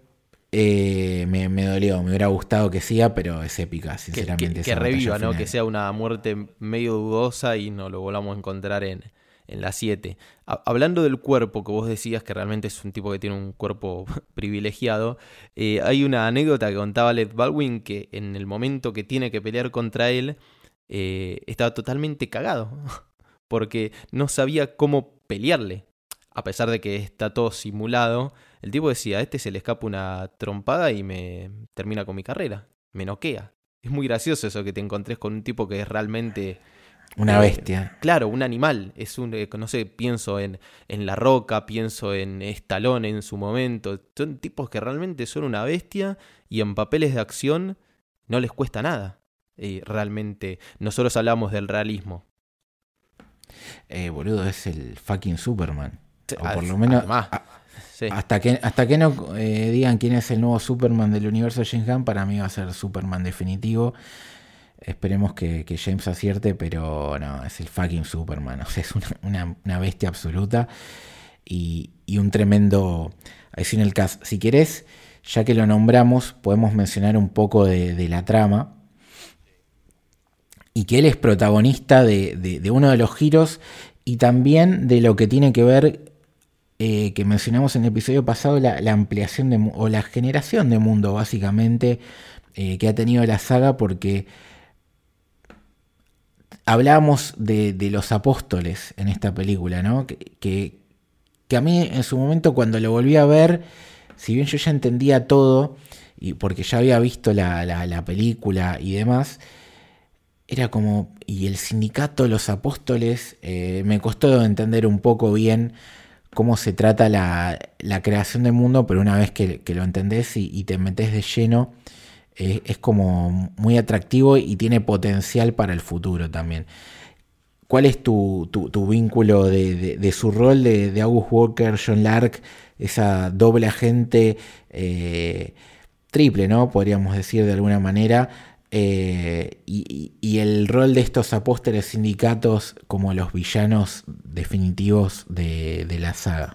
Eh, me, me dolió, me hubiera gustado que siga, pero es épica, Que, sinceramente. que, esa que reviva, batalla ¿no? final. Que sea una muerte medio dudosa y no lo volvamos a encontrar en, en la siete. Ha- hablando del cuerpo, que vos decías que realmente es un tipo que tiene un cuerpo privilegiado, eh, hay una anécdota que contaba Alec Baldwin que en el momento que tiene que pelear contra él, eh, estaba totalmente cagado, porque no sabía cómo pelearle. A pesar de que está todo simulado, el tipo decía, a este se le escapa una trompada y me termina con mi carrera, me noquea. Es muy gracioso eso que te encontres con un tipo que es realmente, Una eh, bestia. claro, un animal. Es un, eh, no sé, pienso en, en La Roca, pienso en Stallone en su momento. Son tipos que realmente son una bestia y en papeles de acción no les cuesta nada. Eh, realmente, nosotros hablamos del realismo. Eh, boludo, es el fucking Superman. O por lo Ad- menos, Además, a- sí. hasta que, hasta que no eh, digan quién es el nuevo Superman del universo de James Gunn, para mí va a ser Superman definitivo. Esperemos que, que James acierte, pero no, es el fucking Superman. O sea, es una, una, una bestia absoluta y, y un tremendo. Ahí sí en el caso. Si querés, ya que lo nombramos, podemos mencionar un poco de, de la trama. Y que él es protagonista de, de, de uno de los giros y también de lo que tiene que ver, eh, que mencionamos en el episodio pasado, la, la ampliación de, o la generación de mundo, básicamente, eh, que ha tenido la saga, porque hablábamos de, de los apóstoles en esta película, ¿no? Que, que, que a mí en su momento cuando lo volví a ver, si bien yo ya entendía todo, y porque ya había visto la, la, la película y demás, era como, y el sindicato, los apóstoles, eh, me costó entender un poco bien cómo se trata la, la creación del mundo, pero una vez que, que lo entendés y, y te metés de lleno, eh, es como muy atractivo y tiene potencial para el futuro también. ¿Cuál es tu, tu, tu vínculo de, de, de su rol de, de August Walker, John Lark, esa doble agente eh, triple, ¿no? Podríamos decir de alguna manera, eh, y, y el rol de estos apóstoles sindicatos como los villanos definitivos de, de la saga?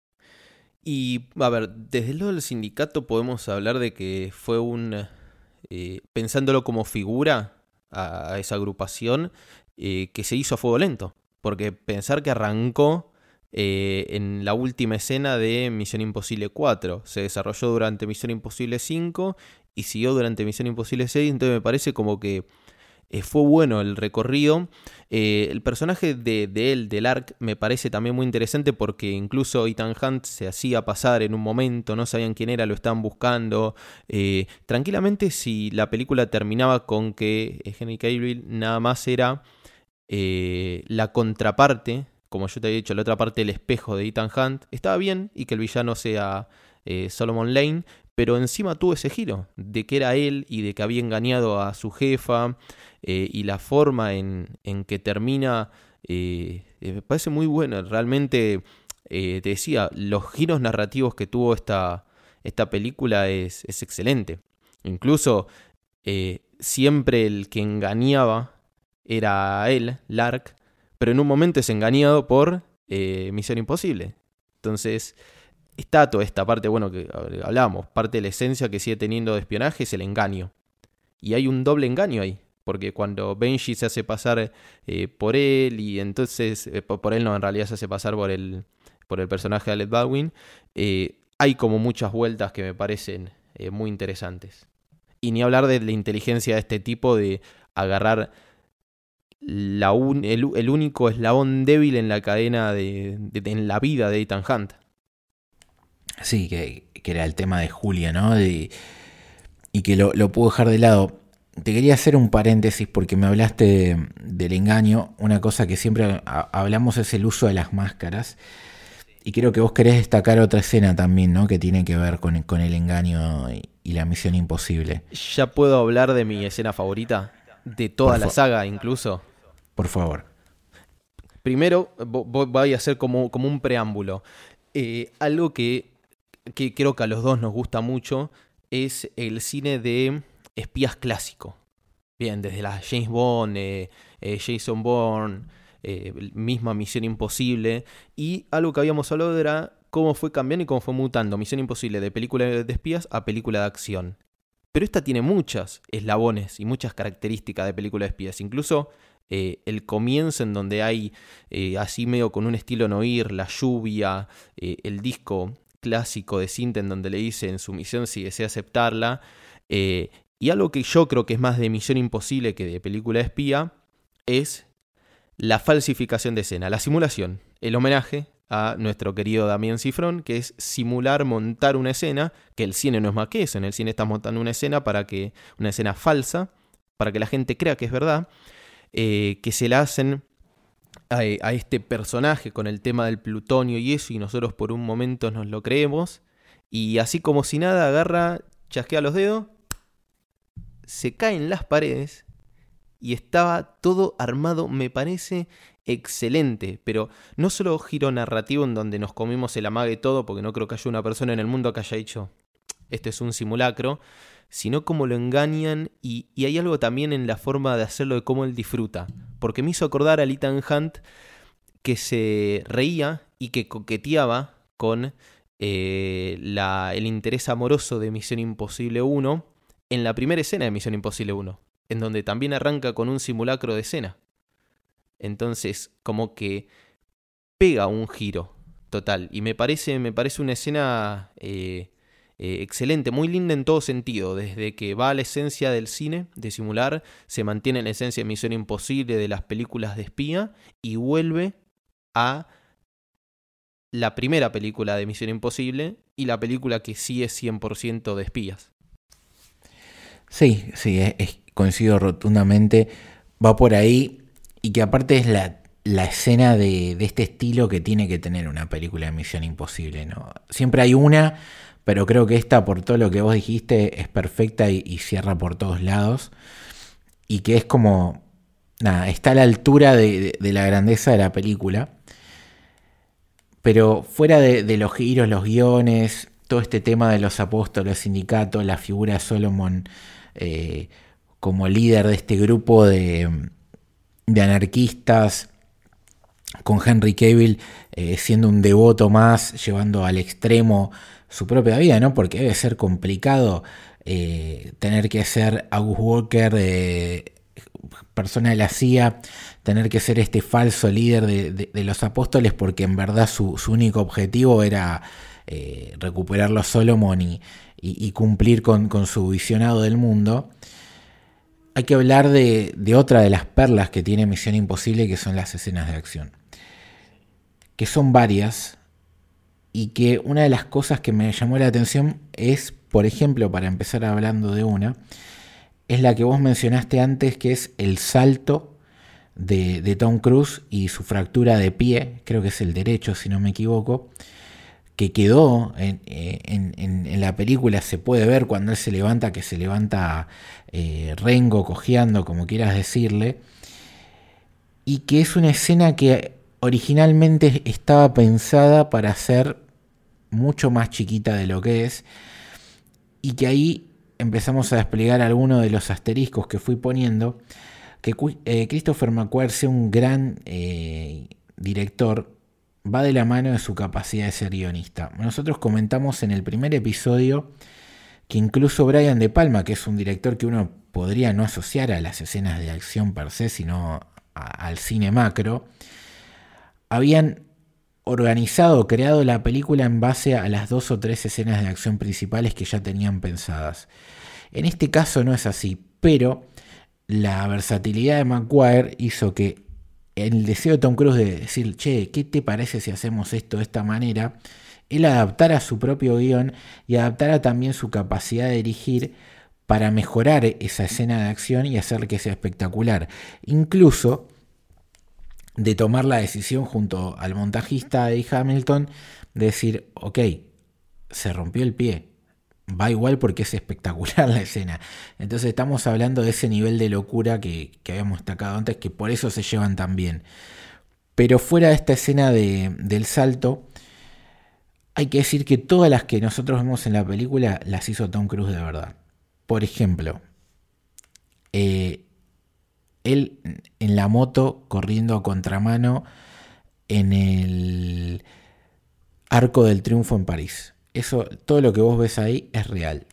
Y, a ver, desde el lado del sindicato podemos hablar de que fue un... eh, pensándolo como figura a, a esa agrupación, eh, que se hizo a fuego lento. Porque pensar que arrancó eh, en la última escena de Misión Imposible cuatro. Se desarrolló durante Misión Imposible cinco y siguió durante Misión Imposible seis. Entonces me parece como que eh, fue bueno el recorrido. Eh, el personaje de, de él, del Lark, me parece también muy interesante porque incluso Ethan Hunt se hacía pasar en un momento, no sabían quién era, lo estaban buscando. Eh, tranquilamente, si la película terminaba con que Henry Cavill nada más era eh, la contraparte, como yo te había dicho, la otra parte del espejo de Ethan Hunt, estaba bien, y que el villano sea eh, Solomon Lane, pero encima tuvo ese giro de que era él y de que había engañado a su jefa, eh, y la forma en, en que termina eh, eh, me parece muy buena. Realmente, eh, te decía, los giros narrativos que tuvo esta, esta película es, es excelente. Incluso eh, siempre el que engañaba era él, Lark, pero en un momento es engañado por eh, Misión Imposible. Entonces, está toda esta parte, bueno, que hablábamos, parte de la esencia que sigue teniendo de espionaje es el engaño. Y hay un doble engaño ahí, porque cuando Benji se hace pasar eh, por él, y entonces, eh, por él no, en realidad se hace pasar por el, por el personaje de Alec Baldwin, eh, hay como muchas vueltas que me parecen eh, muy interesantes. Y ni hablar de la inteligencia de este tipo de agarrar la un, el, el único eslabón débil en la cadena, de, de, de, en la vida de Ethan Hunt. Sí, que, que era el tema de Julia, ¿no? De, y que lo, lo puedo dejar de lado. Te quería hacer un paréntesis porque me hablaste de, del engaño. Una cosa que siempre a, hablamos es el uso de las máscaras. Y creo que vos querés destacar otra escena también, ¿no? Que tiene que ver con, con el engaño y, y la misión imposible. ¿Ya puedo hablar de mi escena favorita? De toda la saga, incluso. Por favor. Primero, voy a hacer como, como un preámbulo. Eh, algo que, que creo que a los dos nos gusta mucho es el cine de espías clásico. Bien, desde la James Bond, eh, eh, Jason Bourne, eh, misma Misión Imposible. Y algo que habíamos hablado era cómo fue cambiando y cómo fue mutando Misión Imposible de película de espías a película de acción. Pero esta tiene muchos eslabones y muchas características de película de espías. Incluso eh, el comienzo en donde hay eh, así medio con un estilo noir, la lluvia, eh, el disco clásico de cinta en donde le dice en su misión si desea aceptarla. Eh, y algo que yo creo que es más de Misión Imposible que de película de espía es la falsificación de escena, la simulación, el homenaje a nuestro querido Damián Cifrón, que es simular, montar una escena, que el cine no es más que eso, en el cine estás montando una escena para que una escena falsa, para que la gente crea que es verdad, eh, que se la hacen a, a este personaje con el tema del plutonio y eso, y nosotros por un momento nos lo creemos, y así como si nada, agarra, chasquea los dedos, se caen las paredes, y estaba todo armado, me parece excelente, pero no solo giro narrativo en donde nos comimos el amague todo, porque no creo que haya una persona en el mundo que haya dicho esto es un simulacro, sino cómo lo engañan y, y hay algo también en la forma de hacerlo, de cómo él disfruta, porque me hizo acordar a Ethan Hunt que se reía y que coqueteaba con eh, la, el interés amoroso de Misión Imposible uno en la primera escena de Misión Imposible uno, en donde también arranca con un simulacro de escena. Entonces, como que pega un giro total. Y me parece, me parece una escena eh, eh, excelente, muy linda en todo sentido. Desde que va a la esencia del cine, de simular, se mantiene en la esencia de Misión Imposible, de las películas de espía, y vuelve a la primera película de Misión Imposible y la película que sí es cien por ciento de espías. Sí, sí, es, es, coincido rotundamente. Va por ahí. Y que aparte es la, la escena de, de este estilo que tiene que tener una película de Misión Imposible, ¿no? Siempre hay una, pero creo que esta, por todo lo que vos dijiste, es perfecta y, y cierra por todos lados. Y que es como, nada, está a la altura de, de, de la grandeza de la película. Pero fuera de, de los giros, los guiones, todo este tema de los apóstoles, sindicatos, la figura de Solomon eh, como líder de este grupo de... de anarquistas, con Henry Cavill eh, siendo un devoto más, llevando al extremo su propia vida, ¿no? Porque debe ser complicado eh, tener que ser August Walker, eh, persona de la C I A, tener que ser este falso líder de, de, de los apóstoles, porque en verdad su, su único objetivo era eh, recuperar los Solomon y, y, y cumplir con, con su visionado del mundo. Hay que hablar de, de otra de las perlas que tiene Misión Imposible, que son las escenas de acción. Que son varias, y que una de las cosas que me llamó la atención es, por ejemplo, para empezar hablando de una, es la que vos mencionaste antes, que es el salto de, de Tom Cruise y su fractura de pie, creo que es el derecho, si no me equivoco, que quedó en, en, en, en la película, se puede ver cuando él se levanta, que se levanta eh, rengo, cojeando, como quieras decirle, y que es una escena que originalmente estaba pensada para ser mucho más chiquita de lo que es, y que ahí empezamos a desplegar algunos de los asteriscos que fui poniendo, que eh, Christopher McQuarrie sea un gran eh, director, va de la mano de su capacidad de ser guionista. Nosotros comentamos en el primer episodio que incluso Brian De Palma, que es un director que uno podría no asociar a las escenas de acción per se, sino a, al cine macro, habían organizado, creado la película en base a las dos o tres escenas de acción principales que ya tenían pensadas. En este caso no es así, pero la versatilidad de McQuarrie hizo que el deseo de Tom Cruise de decir, che, ¿qué te parece si hacemos esto de esta manera? Él adaptara su propio guión y adaptara también su capacidad de dirigir para mejorar esa escena de acción y hacer que sea espectacular. Incluso de tomar la decisión junto al montajista Eddie Hamilton de decir, ok, se rompió el pie, va igual porque es espectacular la escena. Entonces estamos hablando de ese nivel de locura que, que habíamos destacado antes, que por eso se llevan tan bien. Pero fuera de esta escena de, del salto, hay que decir que todas las que nosotros vemos en la película las hizo Tom Cruise de verdad. Por ejemplo, eh, él en la moto corriendo a contramano en el Arco del Triunfo en París. Eso, todo lo que vos ves ahí es real.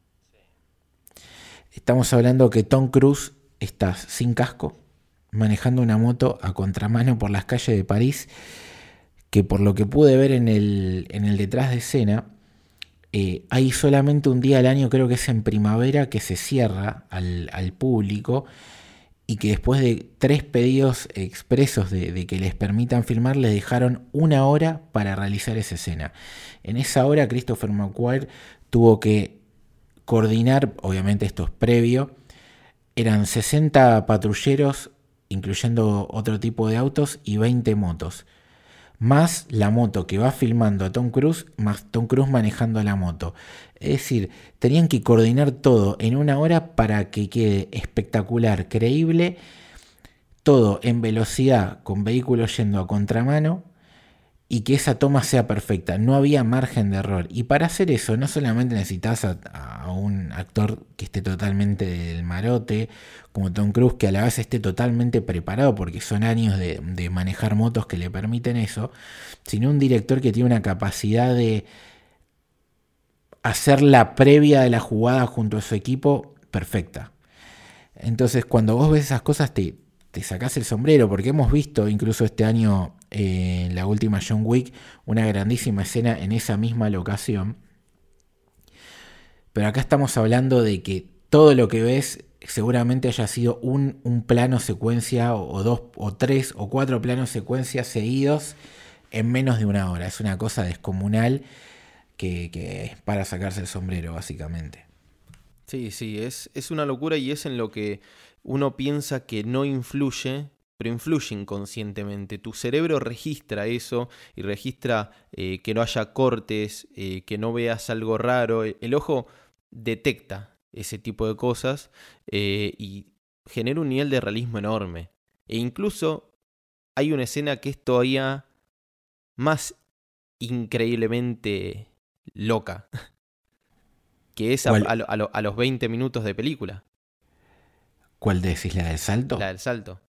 Estamos hablando que Tom Cruise está sin casco, manejando una moto a contramano por las calles de París, que por lo que pude ver en el, en el detrás de escena, eh, hay solamente un día al año, creo que es en primavera, que se cierra al, al público, y que después de tres pedidos expresos de, de que les permitan filmar, les dejaron una hora para realizar esa escena. En esa hora Christopher McQuarrie tuvo que coordinar, obviamente esto es previo, eran sesenta patrulleros, incluyendo otro tipo de autos, y veinte motos. Más la moto que va filmando a Tom Cruise, más Tom Cruise manejando la moto. Es decir, tenían que coordinar todo en una hora para que quede espectacular, creíble, todo en velocidad, con vehículos yendo a contramano, y que esa toma sea perfecta. No había margen de error. Y para hacer eso no solamente necesitas a, a un actor que esté totalmente del marote, como Tom Cruise, que a la vez esté totalmente preparado, porque son años de, de manejar motos que le permiten eso, sino un director que tiene una capacidad de hacer la previa de la jugada junto a su equipo perfecta. Entonces, cuando vos ves esas cosas, te, te sacás el sombrero, porque hemos visto incluso este año, eh, en la última John Wick, una grandísima escena en esa misma locación. Pero acá estamos hablando de que todo lo que ves seguramente haya sido un, un plano secuencia, o, o dos, o tres, o cuatro planos secuencias seguidos en menos de una hora. Es una cosa descomunal que, que es para sacarse el sombrero, básicamente. Sí, sí, es, es una locura, y es en lo que uno piensa que no influye, pero influye inconscientemente. Tu cerebro registra eso y registra eh, que no haya cortes, eh, que no veas algo raro. El ojo detecta ese tipo de cosas eh, y genera un nivel de realismo enorme. E incluso hay una escena que es todavía más increíblemente loca, que es a, a, a, a los veinte minutos de película. ¿Cuál decís? ¿La del salto? La del salto.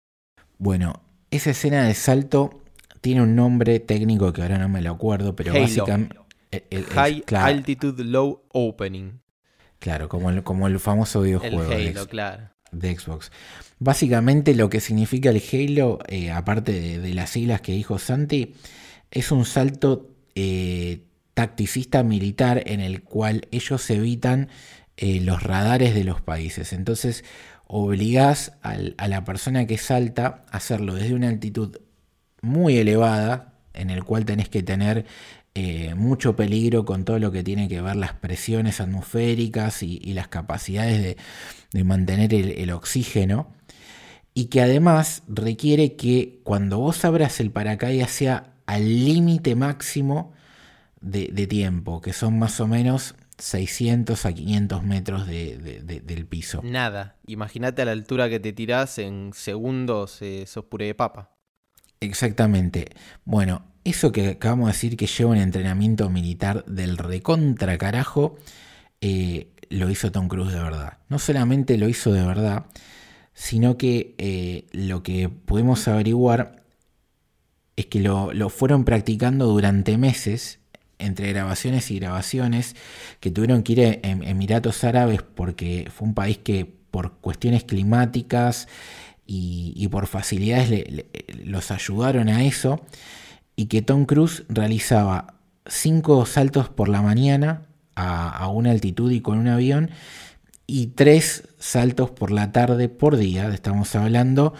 Bueno, esa escena del salto tiene un nombre técnico que ahora no me lo acuerdo, pero Halo. básicamente... El, el, High es, claro, Altitude Low Opening. Claro, como el, como el famoso videojuego el Halo, de, claro. de Xbox. Básicamente lo que significa el Halo, eh, aparte de, de las siglas que dijo Santi, es un salto eh, tacticista militar en el cual ellos evitan eh, los radares de los países. Entonces obligás al, a la persona que salta a hacerlo desde una altitud muy elevada, en el cual tenés que tener eh, mucho peligro con todo lo que tiene que ver las presiones atmosféricas y, y las capacidades de, de mantener el, el oxígeno, y que además requiere que cuando vos abras el paracaídas sea al límite máximo de, de tiempo, que son más o menos seiscientos a quinientos metros de, de, de, del piso. Nada. Imagínate a la altura que te tirás, en segundos eh, sos puré de papa. Exactamente. Bueno, eso que acabamos de decir que lleva un entrenamiento militar del recontra carajo, eh, lo hizo Tom Cruise de verdad. No solamente lo hizo de verdad, sino que eh, lo que pudimos averiguar es que lo, lo fueron practicando durante meses, entre grabaciones y grabaciones, que tuvieron que ir en Emiratos Árabes porque fue un país que por cuestiones climáticas y, y por facilidades le, le, los ayudaron a eso, y que Tom Cruise realizaba cinco saltos por la mañana a, a una altitud y con un avión, y tres saltos por la tarde por día, estamos hablando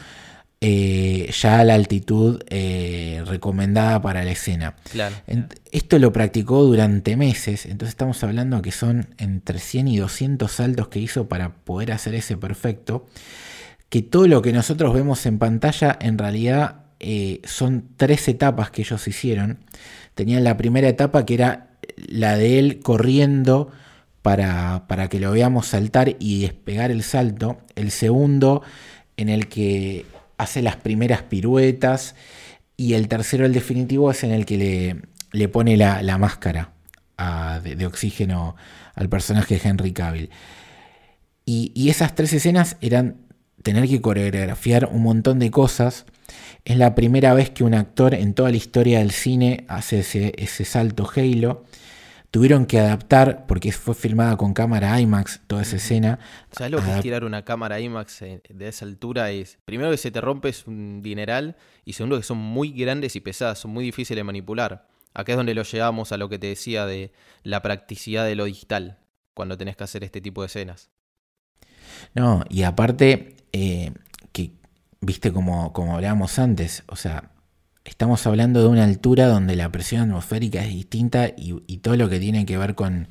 Eh, ya a la altitud eh, recomendada para la escena. Claro. Esto lo practicó durante meses, entonces estamos hablando que son entre cien y doscientos saltos que hizo para poder hacer ese perfecto, que todo lo que nosotros vemos en pantalla en realidad eh, son tres etapas que ellos hicieron. Tenían la primera etapa, que era la de él corriendo para, para que lo veamos saltar y despegar el salto. El segundo, en el que hace las primeras piruetas, y el tercero, el definitivo, es en el que le, le pone la, la máscara a, de, de oxígeno al personaje de Henry Cavill. Y, y esas tres escenas eran tener que coreografiar un montón de cosas. Es la primera vez que un actor en toda la historia del cine hace ese, ese salto Halo. Tuvieron que adaptar, porque fue filmada con cámara IMAX, toda esa escena. ¿Sabes lo que Adap- es tirar una cámara IMAX de esa altura? Es, primero que se te rompe, es un dineral, y segundo que son muy grandes y pesadas, son muy difíciles de manipular. Acá es donde lo llevamos a lo que te decía de la practicidad de lo digital, cuando tenés que hacer este tipo de escenas. No, y aparte, eh, que viste como, como hablábamos antes, o sea, estamos hablando de una altura donde la presión atmosférica es distinta y, y todo lo que tiene que ver con,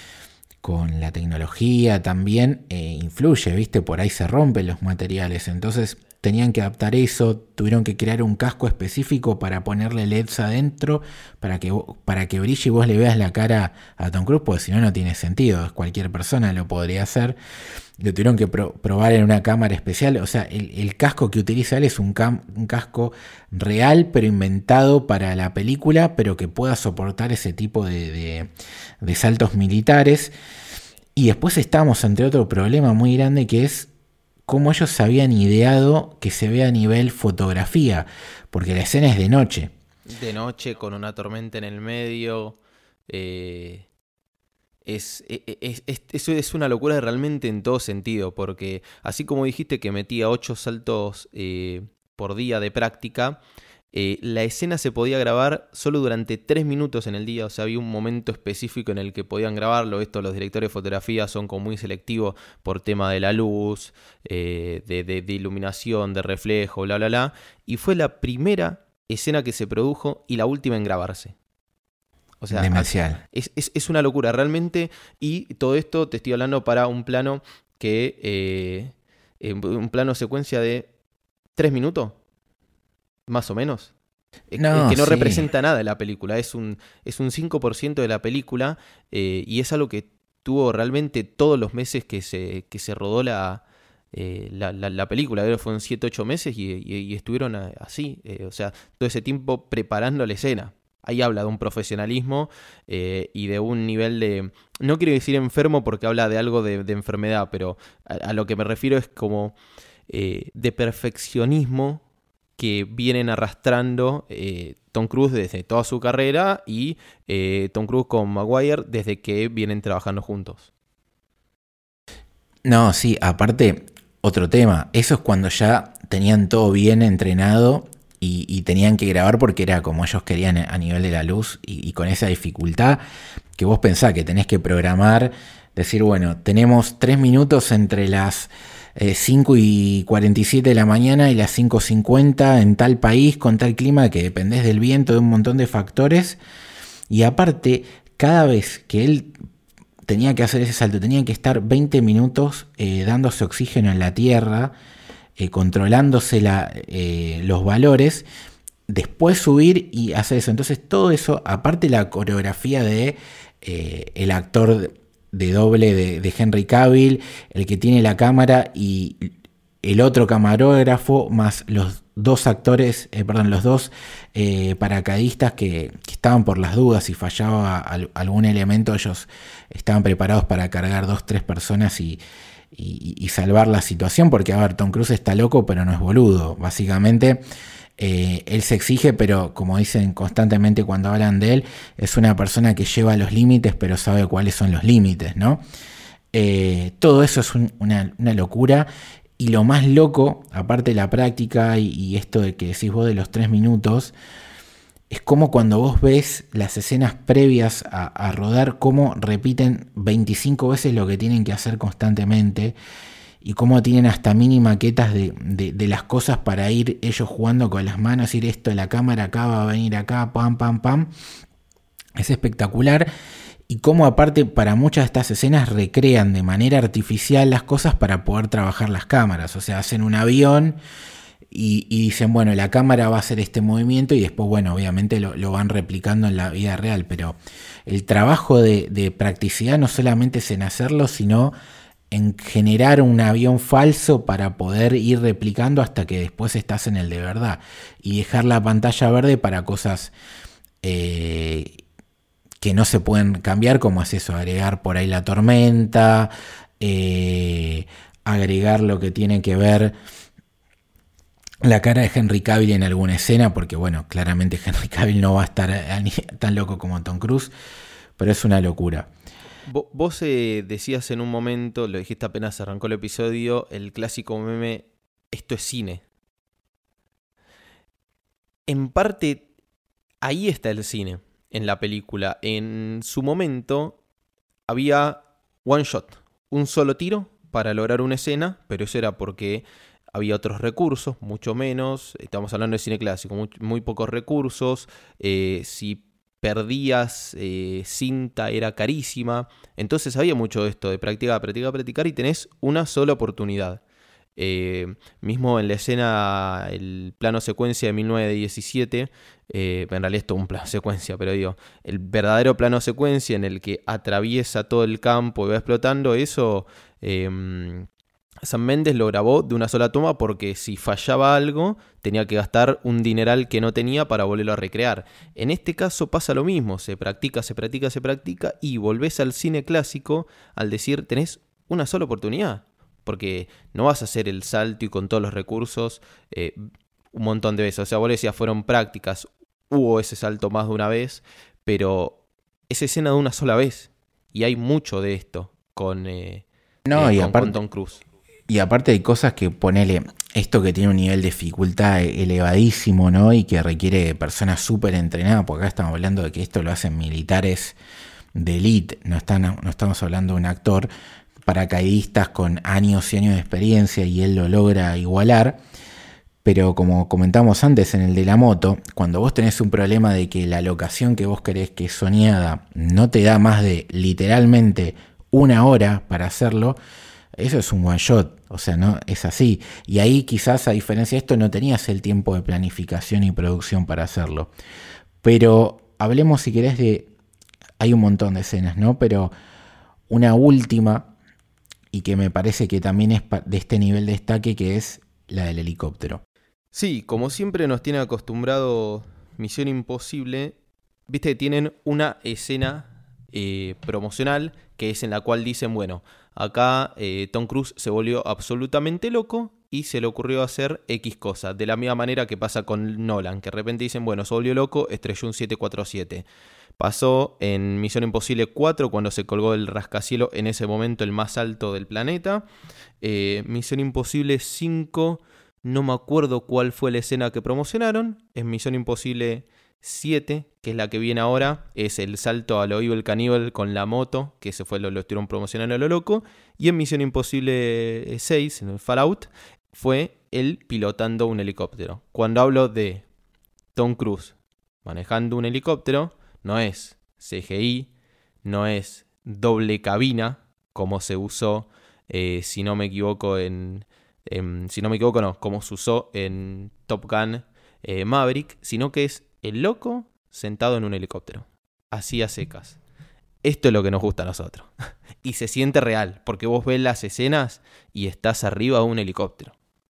con la tecnología también eh, influye, ¿viste? Por ahí se rompen los materiales, entonces tenían que adaptar eso, tuvieron que crear un casco específico para ponerle L E Ds adentro, para que, para que brille y vos le veas la cara a Tom Cruise, porque si no, no tiene sentido, cualquier persona lo podría hacer. Lo tuvieron que pro- probar en una cámara especial, o sea, el, el casco que utiliza él es un, cam- un casco real, pero inventado para la película, pero que pueda soportar ese tipo de, de, de saltos militares. Y después estamos ante otro problema muy grande, que es cómo ellos se habían ideado que se vea a nivel fotografía, porque la escena es de noche. De noche, con una tormenta en el medio. Eh, es, es, es, eso es una locura realmente en todo sentido, porque así como dijiste que metía ocho saltos eh, por día de práctica, eh, la escena se podía grabar solo durante tres minutos en el día. O sea, había un momento específico en el que podían grabarlo. Esto, los directores de fotografía son como muy selectivos por tema de la luz, eh, de, de, de iluminación, de reflejo, bla, bla, bla. Y fue la primera escena que se produjo y la última en grabarse. O sea, Demencial. Es, es, es una locura realmente. Y todo esto te estoy hablando para un plano que... Eh, eh, un plano secuencia de tres minutos. Más o menos. No, que no sí. representa nada de la película. Es un, es un cinco por ciento de la película. Eh, y es algo que tuvo realmente todos los meses que se, que se rodó la, eh, la, la, la película. Creo que fueron siete ocho meses y, y, y estuvieron así. Eh, o sea, todo ese tiempo preparando la escena. Ahí habla de un profesionalismo eh, y de un nivel de... No quiero decir enfermo porque habla de algo de, de enfermedad, pero a, a lo que me refiero es como eh, de perfeccionismo que vienen arrastrando eh, Tom Cruise desde toda su carrera y eh, Tom Cruise con Maguire desde que vienen trabajando juntos. No, sí, aparte, otro tema. Eso es cuando ya tenían todo bien entrenado y, y tenían que grabar porque era como ellos querían a nivel de la luz y, y con esa dificultad que vos pensás que tenés que programar, decir, bueno, tenemos tres minutos entre las eh, cinco y cuarenta y siete de la mañana y las cinco cincuenta en tal país, con tal clima, que dependés del viento, de un montón de factores. Y aparte, cada vez que él tenía que hacer ese salto, tenía que estar veinte minutos eh, dándose oxígeno en la tierra, eh, controlándose la, eh, los valores, después subir y hacer eso. Entonces todo eso, aparte la coreografía de eh, el actor de doble de, de Henry Cavill, el que tiene la cámara y el otro camarógrafo, más los dos actores, eh, perdón, los dos eh, paracaidistas que, que estaban por las dudas, si fallaba al, algún elemento, ellos estaban preparados para cargar dos, tres personas y, y, y salvar la situación, porque a ver, Tom Cruise está loco, pero no es boludo, básicamente. Eh, él se exige, pero como dicen constantemente cuando hablan de él, es una persona que lleva los límites, pero sabe cuáles son los límites, ¿no? Eh, todo eso es un, una, una locura. Y lo más loco, aparte de la práctica y, y esto de que decís vos de los tres minutos, es como cuando vos ves las escenas previas a, a rodar, cómo repiten veinticinco veces lo que tienen que hacer constantemente y cómo tienen hasta mini maquetas de, de, de las cosas para ir ellos jugando con las manos, ir esto, la cámara acá va a venir acá, pam, pam, pam. Es espectacular. Y cómo aparte para muchas de estas escenas recrean de manera artificial las cosas para poder trabajar las cámaras. O sea, hacen un avión y, y dicen, bueno, la cámara va a hacer este movimiento y después, bueno, obviamente lo, lo van replicando en la vida real. Pero el trabajo de, de practicidad no solamente es en hacerlo, sino en generar un avión falso para poder ir replicando hasta que después estás en el de verdad. Y dejar la pantalla verde para cosas... Eh, que no se pueden cambiar, como es eso, agregar por ahí la tormenta, eh, agregar lo que tiene que ver la cara de Henry Cavill en alguna escena, porque bueno, claramente Henry Cavill no va a estar tan loco como Tom Cruise, pero es una locura. Vos eh, decías en un momento, lo dijiste apenas arrancó el episodio, el clásico meme, esto es cine. En parte, ahí está el cine, en la película. En su momento había one shot, un solo tiro para lograr una escena, pero eso era porque había otros recursos, mucho menos. Estamos hablando de cine clásico, muy, muy pocos recursos. Eh, si perdías eh, cinta era carísima. Entonces había mucho de esto de practicar, practicar, practicar y tenés una sola oportunidad. Eh, mismo en la escena, el plano secuencia de mil novecientos diecisiete, eh, en realidad es todo un plano secuencia, pero digo, el verdadero plano secuencia en el que atraviesa todo el campo y va explotando, eso... Eh, Sam Mendes lo grabó de una sola toma porque si fallaba algo tenía que gastar un dineral que no tenía para volverlo a recrear. En este caso pasa lo mismo, se practica, se practica, se practica y volvés al cine clásico al decir tenés una sola oportunidad. Porque no vas a hacer el salto y con todos los recursos eh, un montón de veces. O sea, vos le decías, fueron prácticas, hubo ese salto más de una vez, pero es escena de una sola vez. Y hay mucho de esto con, eh, no, eh, y con, aparte, con Tom Cruise. Y aparte hay cosas que ponele, esto que tiene un nivel de dificultad elevadísimo, ¿no? Y que requiere personas súper entrenadas, porque acá estamos hablando de que esto lo hacen militares de élite, no, están, no estamos hablando de un actor, paracaidistas con años y años de experiencia y él lo logra igualar. Pero como comentamos antes en el de la moto, cuando vos tenés un problema de que la locación que vos querés que es soñada no te da más de literalmente una hora para hacerlo, eso es un one shot, o sea, no es así. Y ahí quizás a diferencia de esto no tenías el tiempo de planificación y producción para hacerlo. Pero hablemos si querés de... Hay un montón de escenas, ¿no? Pero una última, y que me parece que también es de este nivel de destaque, que es la del helicóptero. Sí, como siempre nos tiene acostumbrado Misión Imposible, viste que tienen una escena eh, promocional que es en la cual dicen, bueno, acá eh, Tom Cruise se volvió absolutamente loco y se le ocurrió hacer X cosa. De la misma manera que pasa con Nolan, que de repente dicen, bueno, se volvió loco, estrelló un siete cuatro siete. Pasó en Misión Imposible cuatro cuando se colgó el rascacielos, en ese momento el más alto del planeta. Eh, Misión Imposible cinco, no me acuerdo cuál fue la escena que promocionaron. En Misión Imposible siete, que es la que viene ahora, es el salto a lo Evil Knievel con la moto, que ese fue lo, lo estuvieron promocionando a lo loco. Y en Misión Imposible seis, en el Fallout, fue él pilotando un helicóptero. Cuando hablo de Tom Cruise manejando un helicóptero, no es C G I, no es doble cabina, como se usó, eh, si no me equivoco, en, en... Si no me equivoco, no, como se usó en Top Gun eh, Maverick, sino que es el loco sentado en un helicóptero. Así a secas. Esto es lo que nos gusta a nosotros. Y se siente real, porque vos ves las escenas y estás arriba de un helicóptero.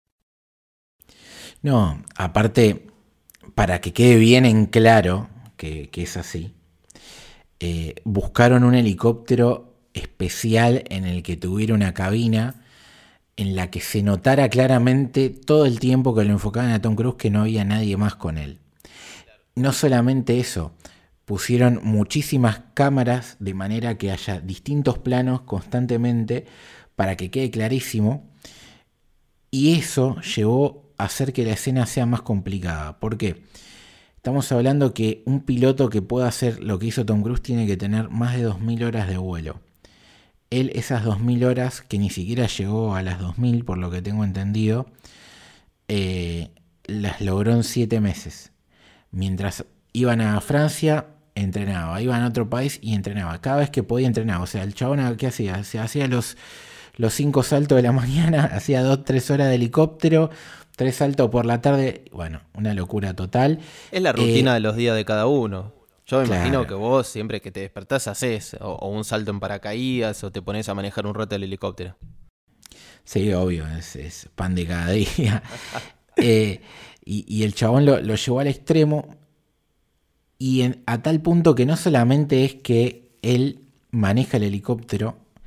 No, aparte, para que quede bien en claro que, que es así, eh, buscaron un helicóptero especial en el que tuviera una cabina en la que se notara claramente todo el tiempo que lo enfocaban a Tom Cruise que no había nadie más con él. No solamente eso, pusieron muchísimas cámaras de manera que haya distintos planos constantemente para que quede clarísimo, y eso llevó a hacer que la escena sea más complicada. ¿Por qué? Estamos hablando que un piloto que pueda hacer lo que hizo Tom Cruise tiene que tener más de dos mil horas de vuelo. Él esas dos mil horas, que ni siquiera llegó a las dos mil por lo que tengo entendido, eh, las logró en siete meses. Mientras iban a Francia, entrenaba. Iban a otro país y entrenaba. Cada vez que podía entrenaba. O sea, el chabón, ¿qué hacía? Se hacía los, los cinco saltos de la mañana, hacía dos, tres horas de helicóptero, tres saltos por la tarde. Bueno, una locura total. Es la rutina eh, de los días de cada uno. Yo me claro. imagino que vos siempre que te despertás haces o, o un salto en paracaídas o te pones a manejar un rato el helicóptero. Sí, obvio, es, es pan de cada día. eh, y, y el chabón lo, lo llevó al extremo y en, a tal punto que no solamente es que él maneja el helicóptero,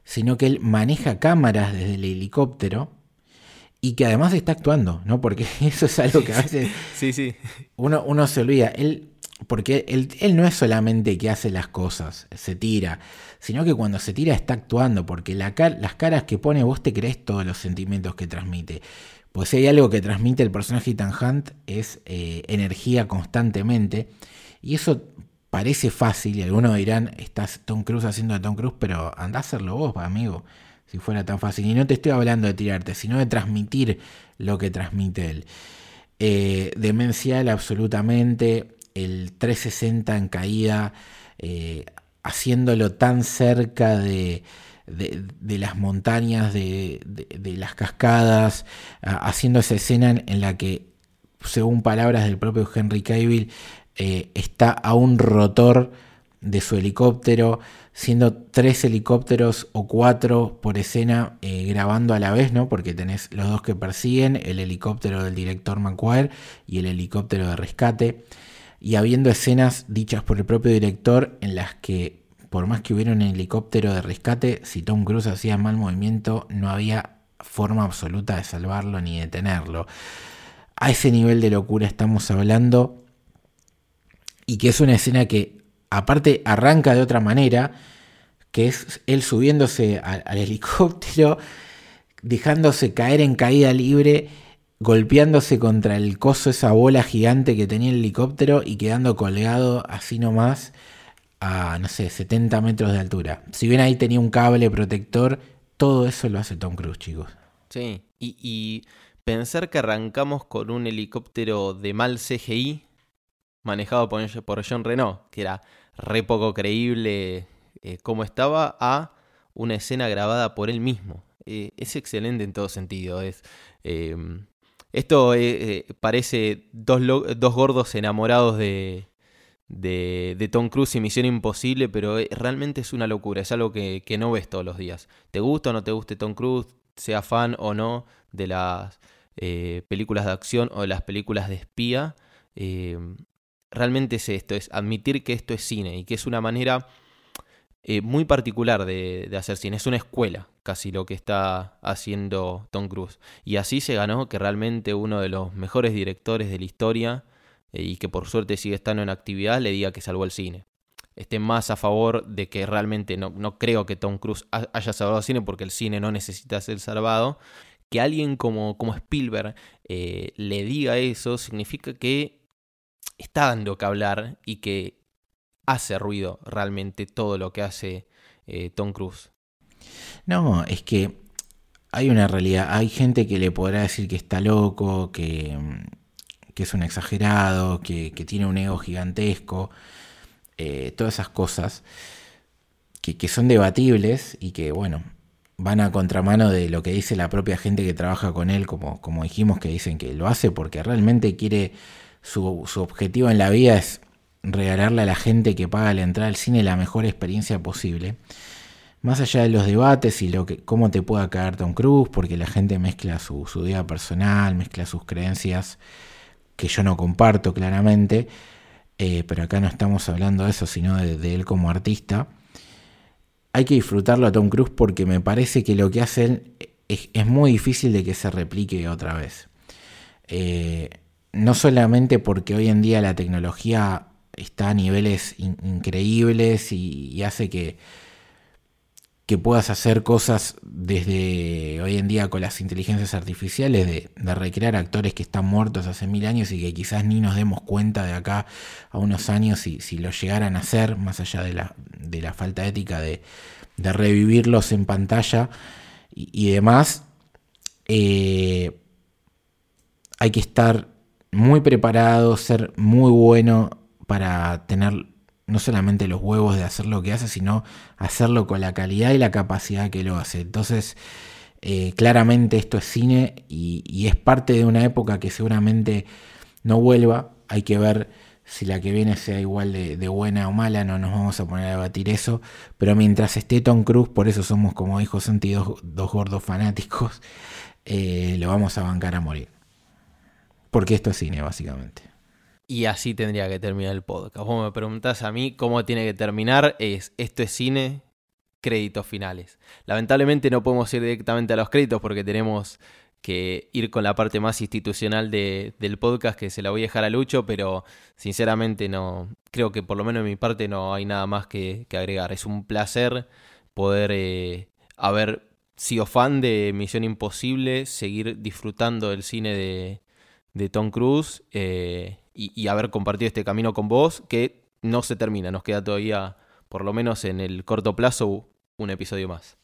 sino que él maneja cámaras desde el helicóptero y que además está actuando, ¿no? Porque eso es algo que a veces sí, sí. Uno, uno se olvida. Él, porque él, él no es solamente que hace las cosas, se tira, sino que cuando se tira está actuando, porque la car- las caras que pone vos te crees todos los sentimientos que transmite. Pues si hay algo que transmite el personaje Ethan Hunt es eh, energía constantemente, y eso parece fácil, y algunos dirán, estás Tom Cruise haciendo de Tom Cruise, pero andá a hacerlo vos, amigo, si fuera tan fácil. Y no te estoy hablando de tirarte, sino de transmitir lo que transmite él. Eh, demencial absolutamente, el trescientos sesenta en caída, eh, haciéndolo tan cerca de, de, de las montañas, de, de, de las cascadas, a, haciendo esa escena en la que, según palabras del propio Henry Cavill, eh, está a un rotor de su helicóptero, siendo tres helicópteros o cuatro por escena eh, grabando a la vez, ¿no? Porque tenés los dos que persiguen, el helicóptero del director McQuarrie y el helicóptero de rescate, y habiendo escenas dichas por el propio director en las que, por más que hubiera un helicóptero de rescate, si Tom Cruise hacía mal movimiento, no había forma absoluta de salvarlo ni detenerlo. A ese nivel de locura estamos hablando, y que es una escena que aparte arranca de otra manera, que es él subiéndose al, al helicóptero, dejándose caer en caída libre, golpeándose contra el coso, esa bola gigante que tenía el helicóptero y quedando colgado así nomás a, no sé, setenta metros de altura. Si bien ahí tenía un cable protector, todo eso lo hace Tom Cruise, chicos. Sí, y, y pensar que arrancamos con un helicóptero de mal C G I manejado por, por Jean Reno, que era re poco creíble eh, cómo estaba, a una escena grabada por él mismo. Eh, es excelente en todo sentido. Es, eh, esto eh, parece dos, lo, dos gordos enamorados de, de, de Tom Cruise y Misión Imposible, pero eh, realmente es una locura. Es algo que, que no ves todos los días. ¿Te gusta o no te guste Tom Cruise? Sea fan o no de las eh, películas de acción o de las películas de espía, eh, realmente es esto, es admitir que esto es cine y que es una manera eh, muy particular de, de hacer cine. Es una escuela casi lo que está haciendo Tom Cruise. Y así se ganó que realmente uno de los mejores directores de la historia eh, y que por suerte sigue estando en actividad le diga que salvó el cine. Esté más a favor de que realmente no, no creo que Tom Cruise haya salvado el cine porque el cine no necesita ser salvado. Que alguien como, como Spielberg eh, le diga eso significa que está dando que hablar y que hace ruido realmente todo lo que hace eh, Tom Cruise. No, es que hay una realidad. Hay gente que le podrá decir que está loco, que, que es un exagerado, que, que tiene un ego gigantesco, eh, todas esas cosas que, que son debatibles y que, bueno, van a contramano de lo que dice la propia gente que trabaja con él, como, como dijimos, que dicen que lo hace porque realmente quiere... Su, su objetivo en la vida es regalarle a la gente que paga la entrada al cine la mejor experiencia posible. Más allá de los debates y lo que, cómo te pueda caer Tom Cruise, porque la gente mezcla su, su vida personal, mezcla sus creencias, que yo no comparto claramente, eh, pero acá no estamos hablando de eso, sino de, de él como artista. Hay que disfrutarlo a Tom Cruise porque me parece que lo que hace él es, es muy difícil de que se replique otra vez. Eh... No solamente porque hoy en día la tecnología está a niveles in- increíbles y, y hace que, que puedas hacer cosas desde hoy en día con las inteligencias artificiales, de, de recrear actores que están muertos hace mil años y que quizás ni nos demos cuenta de acá a unos años si, si lo llegaran a hacer, más allá de la, de la falta ética de, de revivirlos en pantalla y, y demás. Eh, hay que estar muy preparado, ser muy bueno para tener no solamente los huevos de hacer lo que hace, sino hacerlo con la calidad y la capacidad que lo hace. Entonces, eh, claramente esto es cine y, y es parte de una época que seguramente no vuelva. Hay que ver si la que viene sea igual de, de buena o mala, no nos vamos a poner a debatir eso. Pero mientras esté Tom Cruise, por eso somos, como dijo Santi, dos, dos gordos fanáticos, eh, lo vamos a bancar a morir. Porque esto es cine, básicamente. Y así tendría que terminar el podcast. Vos me preguntás a mí cómo tiene que terminar. Es, esto es cine, créditos finales. Lamentablemente no podemos ir directamente a los créditos porque tenemos que ir con la parte más institucional de, del podcast, que se la voy a dejar a Lucho, pero sinceramente no, creo que por lo menos de mi parte no hay nada más que, que agregar. Es un placer poder eh, haber sido fan de Misión Imposible, seguir disfrutando del cine de, de Tom Cruise eh, y, y haber compartido este camino con vos, que no se termina, nos queda todavía, por lo menos en el corto plazo, un episodio más.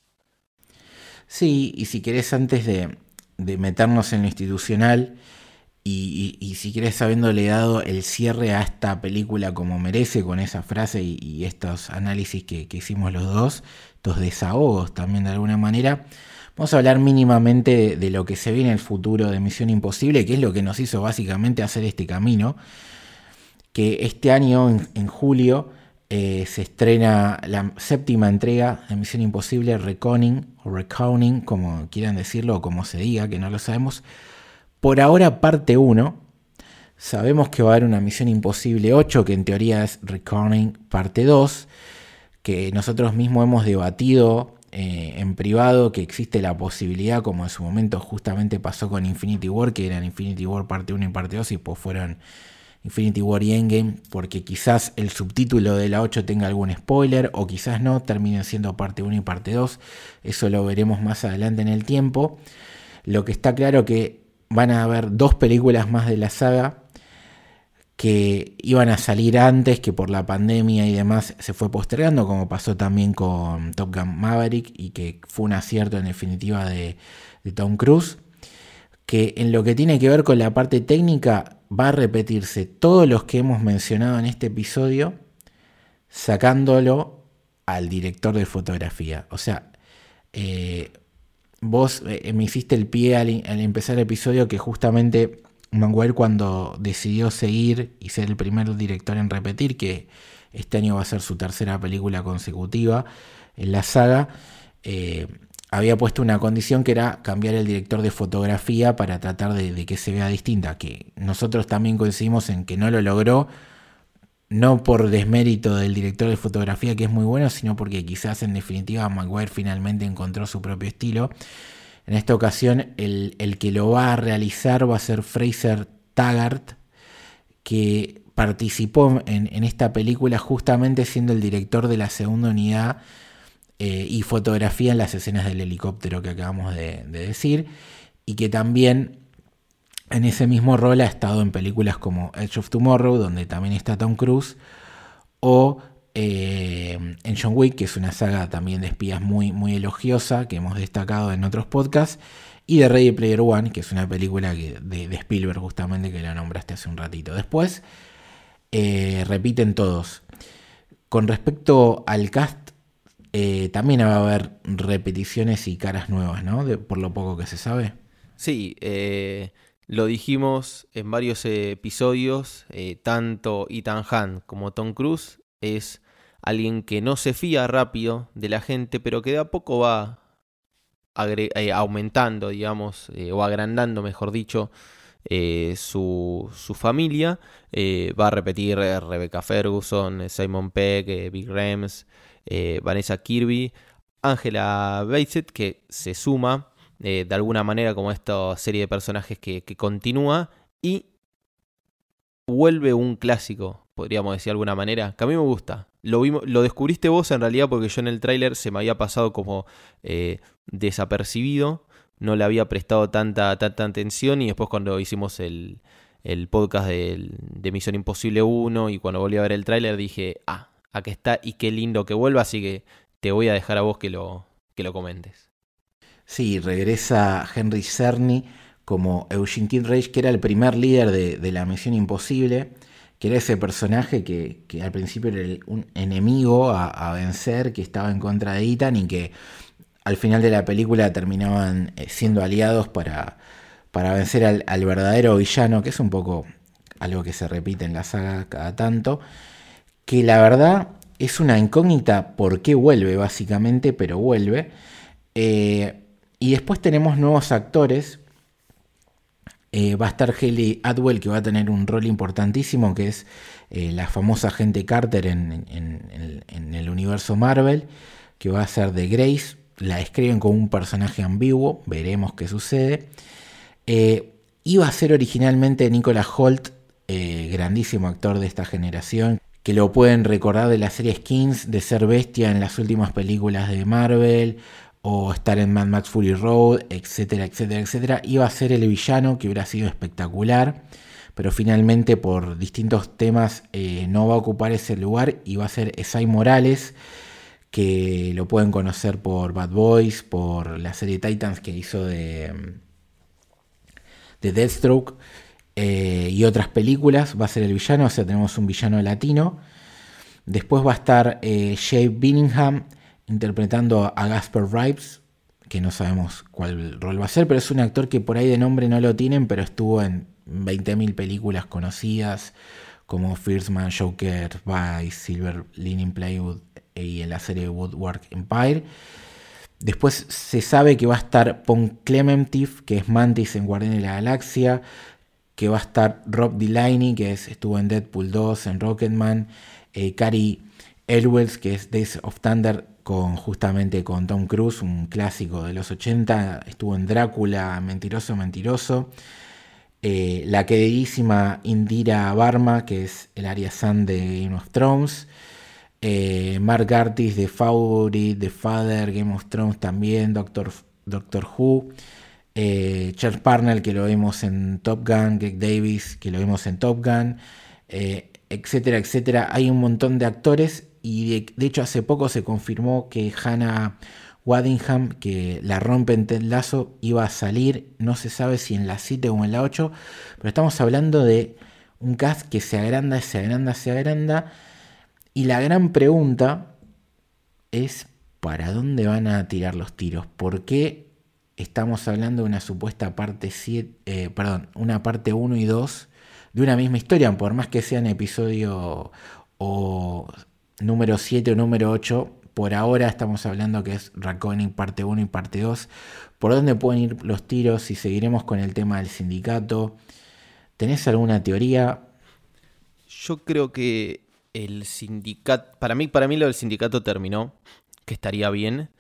Sí, y si querés, antes de, de meternos en lo institucional, y, y, y si querés, habiéndole dado el cierre a esta película como merece, con esa frase y, y estos análisis que, que hicimos los dos, estos desahogos también de alguna manera, vamos a hablar mínimamente de, de lo que se viene en el futuro de Misión Imposible, que es lo que nos hizo básicamente hacer este camino, que este año, en, en julio, Eh, se estrena la séptima entrega de Misión Imposible, Reckoning o Reckoning, como quieran decirlo o como se diga, que no lo sabemos. Por ahora, parte uno. Sabemos que va a haber una Misión Imposible ocho, que en teoría es Reckoning parte dos, que nosotros mismos hemos debatido eh, en privado, que existe la posibilidad, como en su momento justamente pasó con Infinity War, que eran Infinity War parte uno y parte dos, y pues fueron Infinity War y Endgame, porque quizás el subtítulo de la ocho tenga algún spoiler, o quizás no, terminen siendo parte uno y parte dos. Eso lo veremos más adelante en el tiempo. Lo que está claro que van a haber dos películas más de la saga que iban a salir antes, que por la pandemia y demás se fue postergando, como pasó también con Top Gun Maverick, y que fue un acierto en definitiva de, de Tom Cruise, que en lo que tiene que ver con la parte técnica va a repetirse todos los que hemos mencionado en este episodio, sacándolo al director de fotografía. O sea, eh, vos eh, me hiciste el pie al, al empezar el episodio, que justamente Manguel, cuando decidió seguir y ser el primer director en repetir, que este año va a ser su tercera película consecutiva en la saga, eh, había puesto una condición que era cambiar el director de fotografía para tratar de, de que se vea distinta, que nosotros también coincidimos en que no lo logró, no por desmérito del director de fotografía, que es muy bueno, sino porque quizás en definitiva Maguire finalmente encontró su propio estilo. En esta ocasión el, el que lo va a realizar va a ser Fraser Taggart, que participó en, en esta película justamente siendo el director de la segunda unidad Eh, y fotografía en las escenas del helicóptero que acabamos de, de decir, y que también en ese mismo rol ha estado en películas como Edge of Tomorrow, donde también está Tom Cruise, o eh, en John Wick, que es una saga también de espías muy, muy elogiosa, que hemos destacado en otros podcasts, y de Ready Player One, que es una película que, de, de Spielberg justamente, que la nombraste hace un ratito. Después eh, repiten todos. Con respecto al cast, Eh, también va a haber repeticiones y caras nuevas, ¿no? De, por lo poco que se sabe. Sí, eh, lo dijimos en varios eh, episodios, eh, tanto Ethan Hunt como Tom Cruise es alguien que no se fía rápido de la gente, pero que de a poco va agre- eh, aumentando, digamos, eh, o agrandando, mejor dicho, eh, su, su familia. Eh, va a repetir eh, Rebecca Ferguson, Simon Pegg, eh, Big Rams, Eh, Vanessa Kirby, Angela Bassett, que se suma eh, de alguna manera como esta serie de personajes que, que continúa, y vuelve un clásico, podríamos decir de alguna manera, que a mí me gusta. Lo, vimos, lo descubriste vos en realidad, porque yo en el tráiler se me había pasado como eh, desapercibido, no le había prestado tanta, tanta atención, y después cuando hicimos el, el podcast de, de Misión Imposible uno y cuando volví a ver el tráiler dije, ah, aquí está, y qué lindo que vuelva, así que te voy a dejar a vos que lo, que lo comentes. Sí, regresa Henry Czerny como Eugene Kinrage, que era el primer líder de, de la Misión Imposible, que era ese personaje que, que al principio era el, un enemigo a, a vencer, que estaba en contra de Ethan, y que al final de la película terminaban siendo aliados para, para vencer al, al verdadero villano, que es un poco algo que se repite en la saga cada tanto, que la verdad es una incógnita por qué vuelve básicamente, pero vuelve. Eh, y después tenemos nuevos actores. Eh, va a estar Hayley Atwell, que va a tener un rol importantísimo, que es eh, la famosa agente Carter en, en, en, en el universo Marvel. que va a ser de Grace. La describen como un personaje ambiguo, veremos qué sucede. Eh, iba a ser originalmente Nicholas Hoult, eh, grandísimo actor de esta generación, que lo pueden recordar de la serie Skins, de ser bestia en las últimas películas de Marvel, o estar en Mad Max Fury Road, etcétera, etcétera, etcétera. Iba a ser el villano, que hubiera sido espectacular, pero finalmente por distintos temas eh, no va a ocupar ese lugar y va a ser Esai Morales, que lo pueden conocer por Bad Boys, por la serie Titans que hizo de, de Deathstroke eh, y otras películas. Va a ser el villano, o sea, tenemos un villano latino. Después va a estar eh, Jay Binningham interpretando a Gasper Ripes, que no sabemos cuál rol va a ser, pero es un actor que por ahí de nombre no lo tienen, pero estuvo en veinte mil películas conocidas como First Man, Joker, Vice, Silver Lining Playbook y en la serie Woodward Empire. Después se sabe que va a estar Pon Clementif, que es Mantis en Guardianes de la Galaxia, que va a estar Rob Delaney, que es, estuvo en Deadpool dos, en Rocketman, eh, Cary Elwes, que es Days of Thunder, con, justamente con Tom Cruise, un clásico de los ochenta, estuvo en Drácula, Mentiroso, Mentiroso. Eh, la queridísima Indira Varma, que es el Arya Sand de Game of Thrones. Eh, Mark Gatiss de Fury, The Father, Game of Thrones también, Doctor, Doctor Who. Eh, Charles Parnell, que lo vemos en Top Gun. Greg Davis, que lo vemos en Top Gun. Eh, etcétera, etcétera. Hay un montón de actores y de, de hecho hace poco se confirmó que Hannah Waddingham, que la rompe en Ted Lasso, iba a salir, no se sabe si en la siete o en la ocho, pero estamos hablando de un cast que se agranda, se agranda, se agranda, y la gran pregunta es ¿para dónde van a tirar los tiros? ¿Por qué estamos hablando de una supuesta parte siete, eh, perdón, una parte uno y dos de una misma historia, por más que sean episodio o número siete o número ocho? Por ahora estamos hablando que es Reckoning parte uno y parte dos. ¿Por dónde pueden ir los tiros? Si seguiremos con el tema del sindicato. ¿Tenés alguna teoría? Yo creo que el sindicato... Para mí, para mí lo del sindicato terminó. Que estaría bien.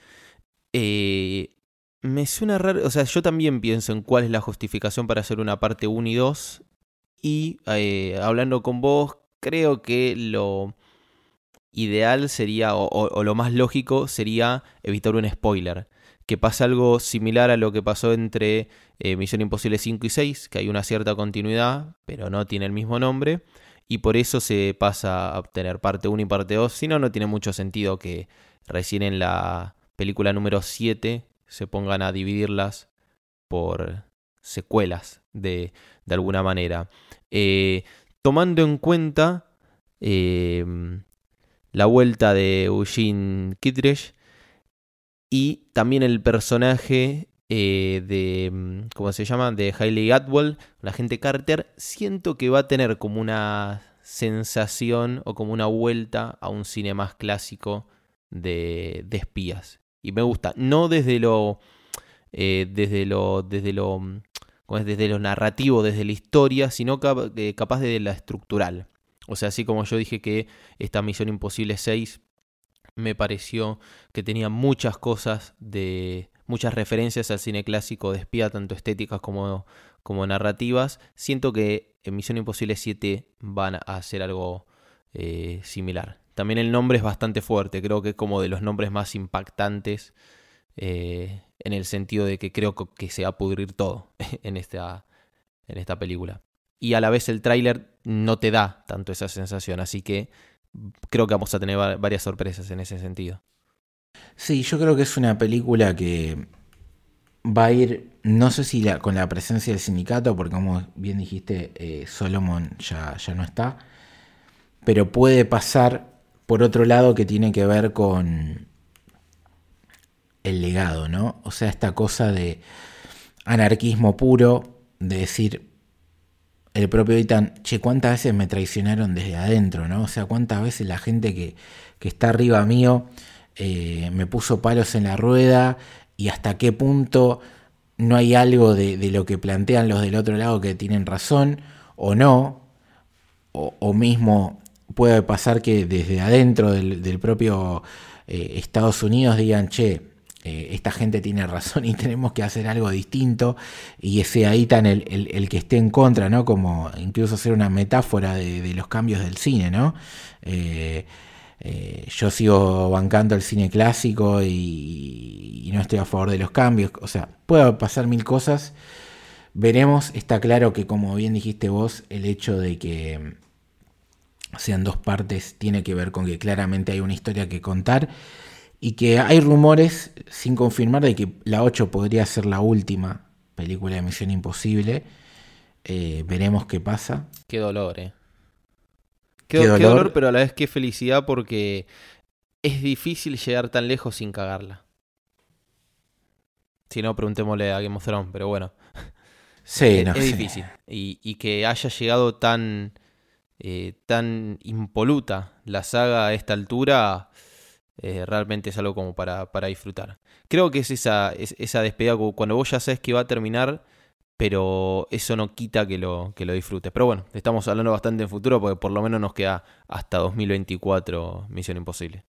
Eh, me suena raro... O sea, yo también pienso en cuál es la justificación para hacer una parte uno y dos. Y eh, hablando con vos, creo que lo... ideal sería, o, o, o lo más lógico sería evitar un spoiler, que pase algo similar a lo que pasó entre eh, Misión Imposible cinco y seis, que hay una cierta continuidad, pero no tiene el mismo nombre, y por eso se pasa a obtener parte uno y parte dos, si no, no tiene mucho sentido que recién en la película número siete se pongan a dividirlas por secuelas de, de alguna manera. Eh, tomando en cuenta... Eh, la vuelta de Eugene Kittredge y también el personaje eh, de, ¿cómo se llama? De Hayley Atwell, la agente Carter, siento que va a tener como una sensación o como una vuelta a un cine más clásico de, de espías. Y me gusta, no desde lo, eh, desde lo, desde lo, ¿cómo es? Desde lo narrativo, desde la historia, sino cap- eh, capaz de la estructural. O sea, así como yo dije que esta Misión Imposible seis me pareció que tenía muchas cosas, de muchas referencias al cine clásico de espía, tanto estéticas como, como narrativas, siento que en Misión Imposible siete van a hacer algo eh, similar. También el nombre es bastante fuerte, creo que es como de los nombres más impactantes eh, en el sentido de que creo que se va a pudrir todo en esta, en esta película. Y a la vez el tráiler no te da tanto esa sensación, así que creo que vamos a tener varias sorpresas en ese sentido. Sí, yo creo que es una película que va a ir, no sé si la, con la presencia del sindicato, porque como bien dijiste, eh, Solomon ya, ya no está, pero puede pasar por otro lado que tiene que ver con el legado, ¿no? O sea, esta cosa de anarquismo puro, de decir... El propio Ethan, che, ¿cuántas veces me traicionaron desde adentro, no? O sea, ¿cuántas veces la gente que, que está arriba mío eh, me puso palos en la rueda? Y hasta qué punto no hay algo de, de lo que plantean los del otro lado que tienen razón o no. O, o mismo puede pasar que desde adentro del, del propio eh, Estados Unidos digan, che, eh, esta gente tiene razón y tenemos que hacer algo distinto, y sea ahí tan el, el, el que esté en contra, ¿no? Como incluso hacer una metáfora de, de los cambios del cine, ¿no? Eh, eh, yo sigo bancando el cine clásico y, y no estoy a favor de los cambios. O sea, puede pasar mil cosas. Veremos. Está claro que, como bien dijiste vos, el hecho de que sean dos partes tiene que ver con que claramente hay una historia que contar, y que hay rumores sin confirmar de que la ocho podría ser la última película de Misión Imposible. Eh, veremos qué pasa. Qué dolor, eh. Qué, Qué qué dolor. dolor, pero a la vez qué felicidad, porque es difícil llegar tan lejos sin cagarla. Si no, preguntémosle a Game of Thrones, pero bueno. Sí, es, no es sé. difícil. Y, y que haya llegado tan, eh, tan impoluta la saga a esta altura, eh, realmente es algo como para, para disfrutar. Creo que es esa, es, esa despedida cuando vos ya sabes que va a terminar, pero eso no quita que lo, que lo disfrutes. Pero bueno, estamos hablando bastante en futuro, porque por lo menos nos queda hasta dos mil veinticuatro Misión Imposible.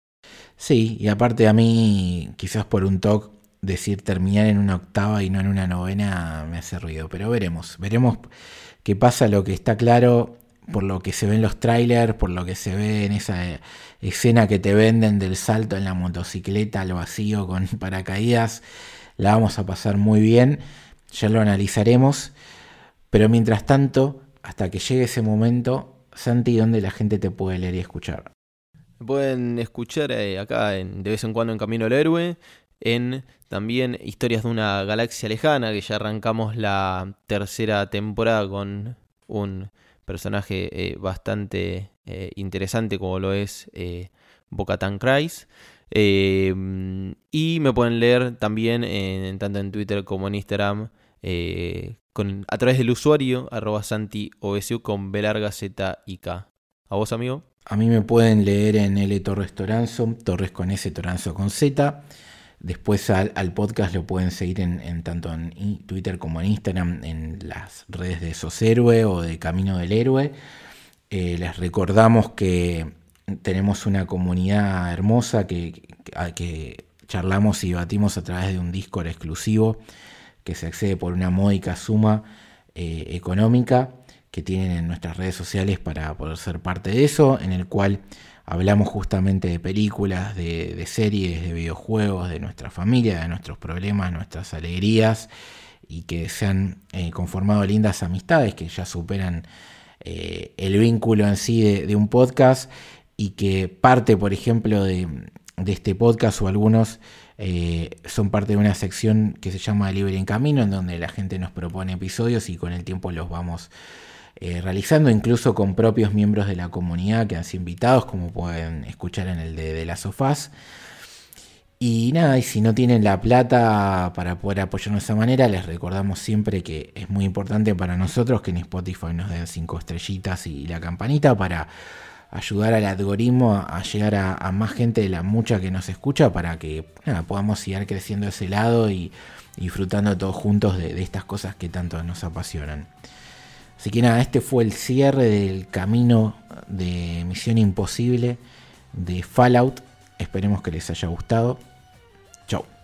Sí, y aparte a mí, quizás por un toque, decir terminar en una octava y no en una novena me hace ruido. Pero veremos, veremos qué pasa. Lo que está claro, por lo que se ve en los trailers, por lo que se ve en esa escena que te venden del salto en la motocicleta al vacío con paracaídas, la vamos a pasar muy bien. Ya lo analizaremos, pero mientras tanto, hasta que llegue ese momento, Santi, ¿dónde la gente te puede leer y escuchar? Me pueden escuchar eh, acá en, de vez en cuando en Camino al Héroe, en también Historias de una Galaxia Lejana, que ya arrancamos la tercera temporada con un personaje eh, bastante eh, interesante como lo es eh, Bo-Katan Kryze. Eh, y me pueden leer también en, tanto en Twitter como en Instagram, Eh, con, a través del usuario arroba santiosu con B larga Z y K. ¿A vos, amigo? A mí me pueden leer en L Torres Toranzo, Torres con S, Toranzo con Z. Después al, al podcast lo pueden seguir en, en tanto en Twitter como en Instagram, en las redes de Sos Héroe o de Camino del Héroe. Eh, les recordamos que tenemos una comunidad hermosa que, que, que charlamos y debatimos a través de un Discord exclusivo, que se accede por una módica suma eh, económica que tienen en nuestras redes sociales para poder ser parte de eso, en el cual hablamos justamente de películas, de, de series, de videojuegos, de nuestra familia, de nuestros problemas, nuestras alegrías, y que se han eh, conformado lindas amistades que ya superan eh, el vínculo en sí de, de un podcast, y que parte, por ejemplo, de, de este podcast o algunos Eh, son parte de una sección que se llama Libre en Camino, en donde la gente nos propone episodios y con el tiempo los vamos eh, realizando, incluso con propios miembros de la comunidad que han sido invitados, como pueden escuchar en el de, de las sofás. Y nada, y si no tienen la plata para poder apoyarnos de esa manera, les recordamos siempre que es muy importante para nosotros que en Spotify nos den cinco estrellitas y la campanita para ayudar al algoritmo a llegar a, a más gente de la mucha que nos escucha, para que nada, podamos seguir creciendo de ese lado y, y disfrutando todos juntos de, de estas cosas que tanto nos apasionan. Así que nada, este fue el cierre del camino de Misión Imposible de Fallout. Esperemos que les haya gustado. Chau.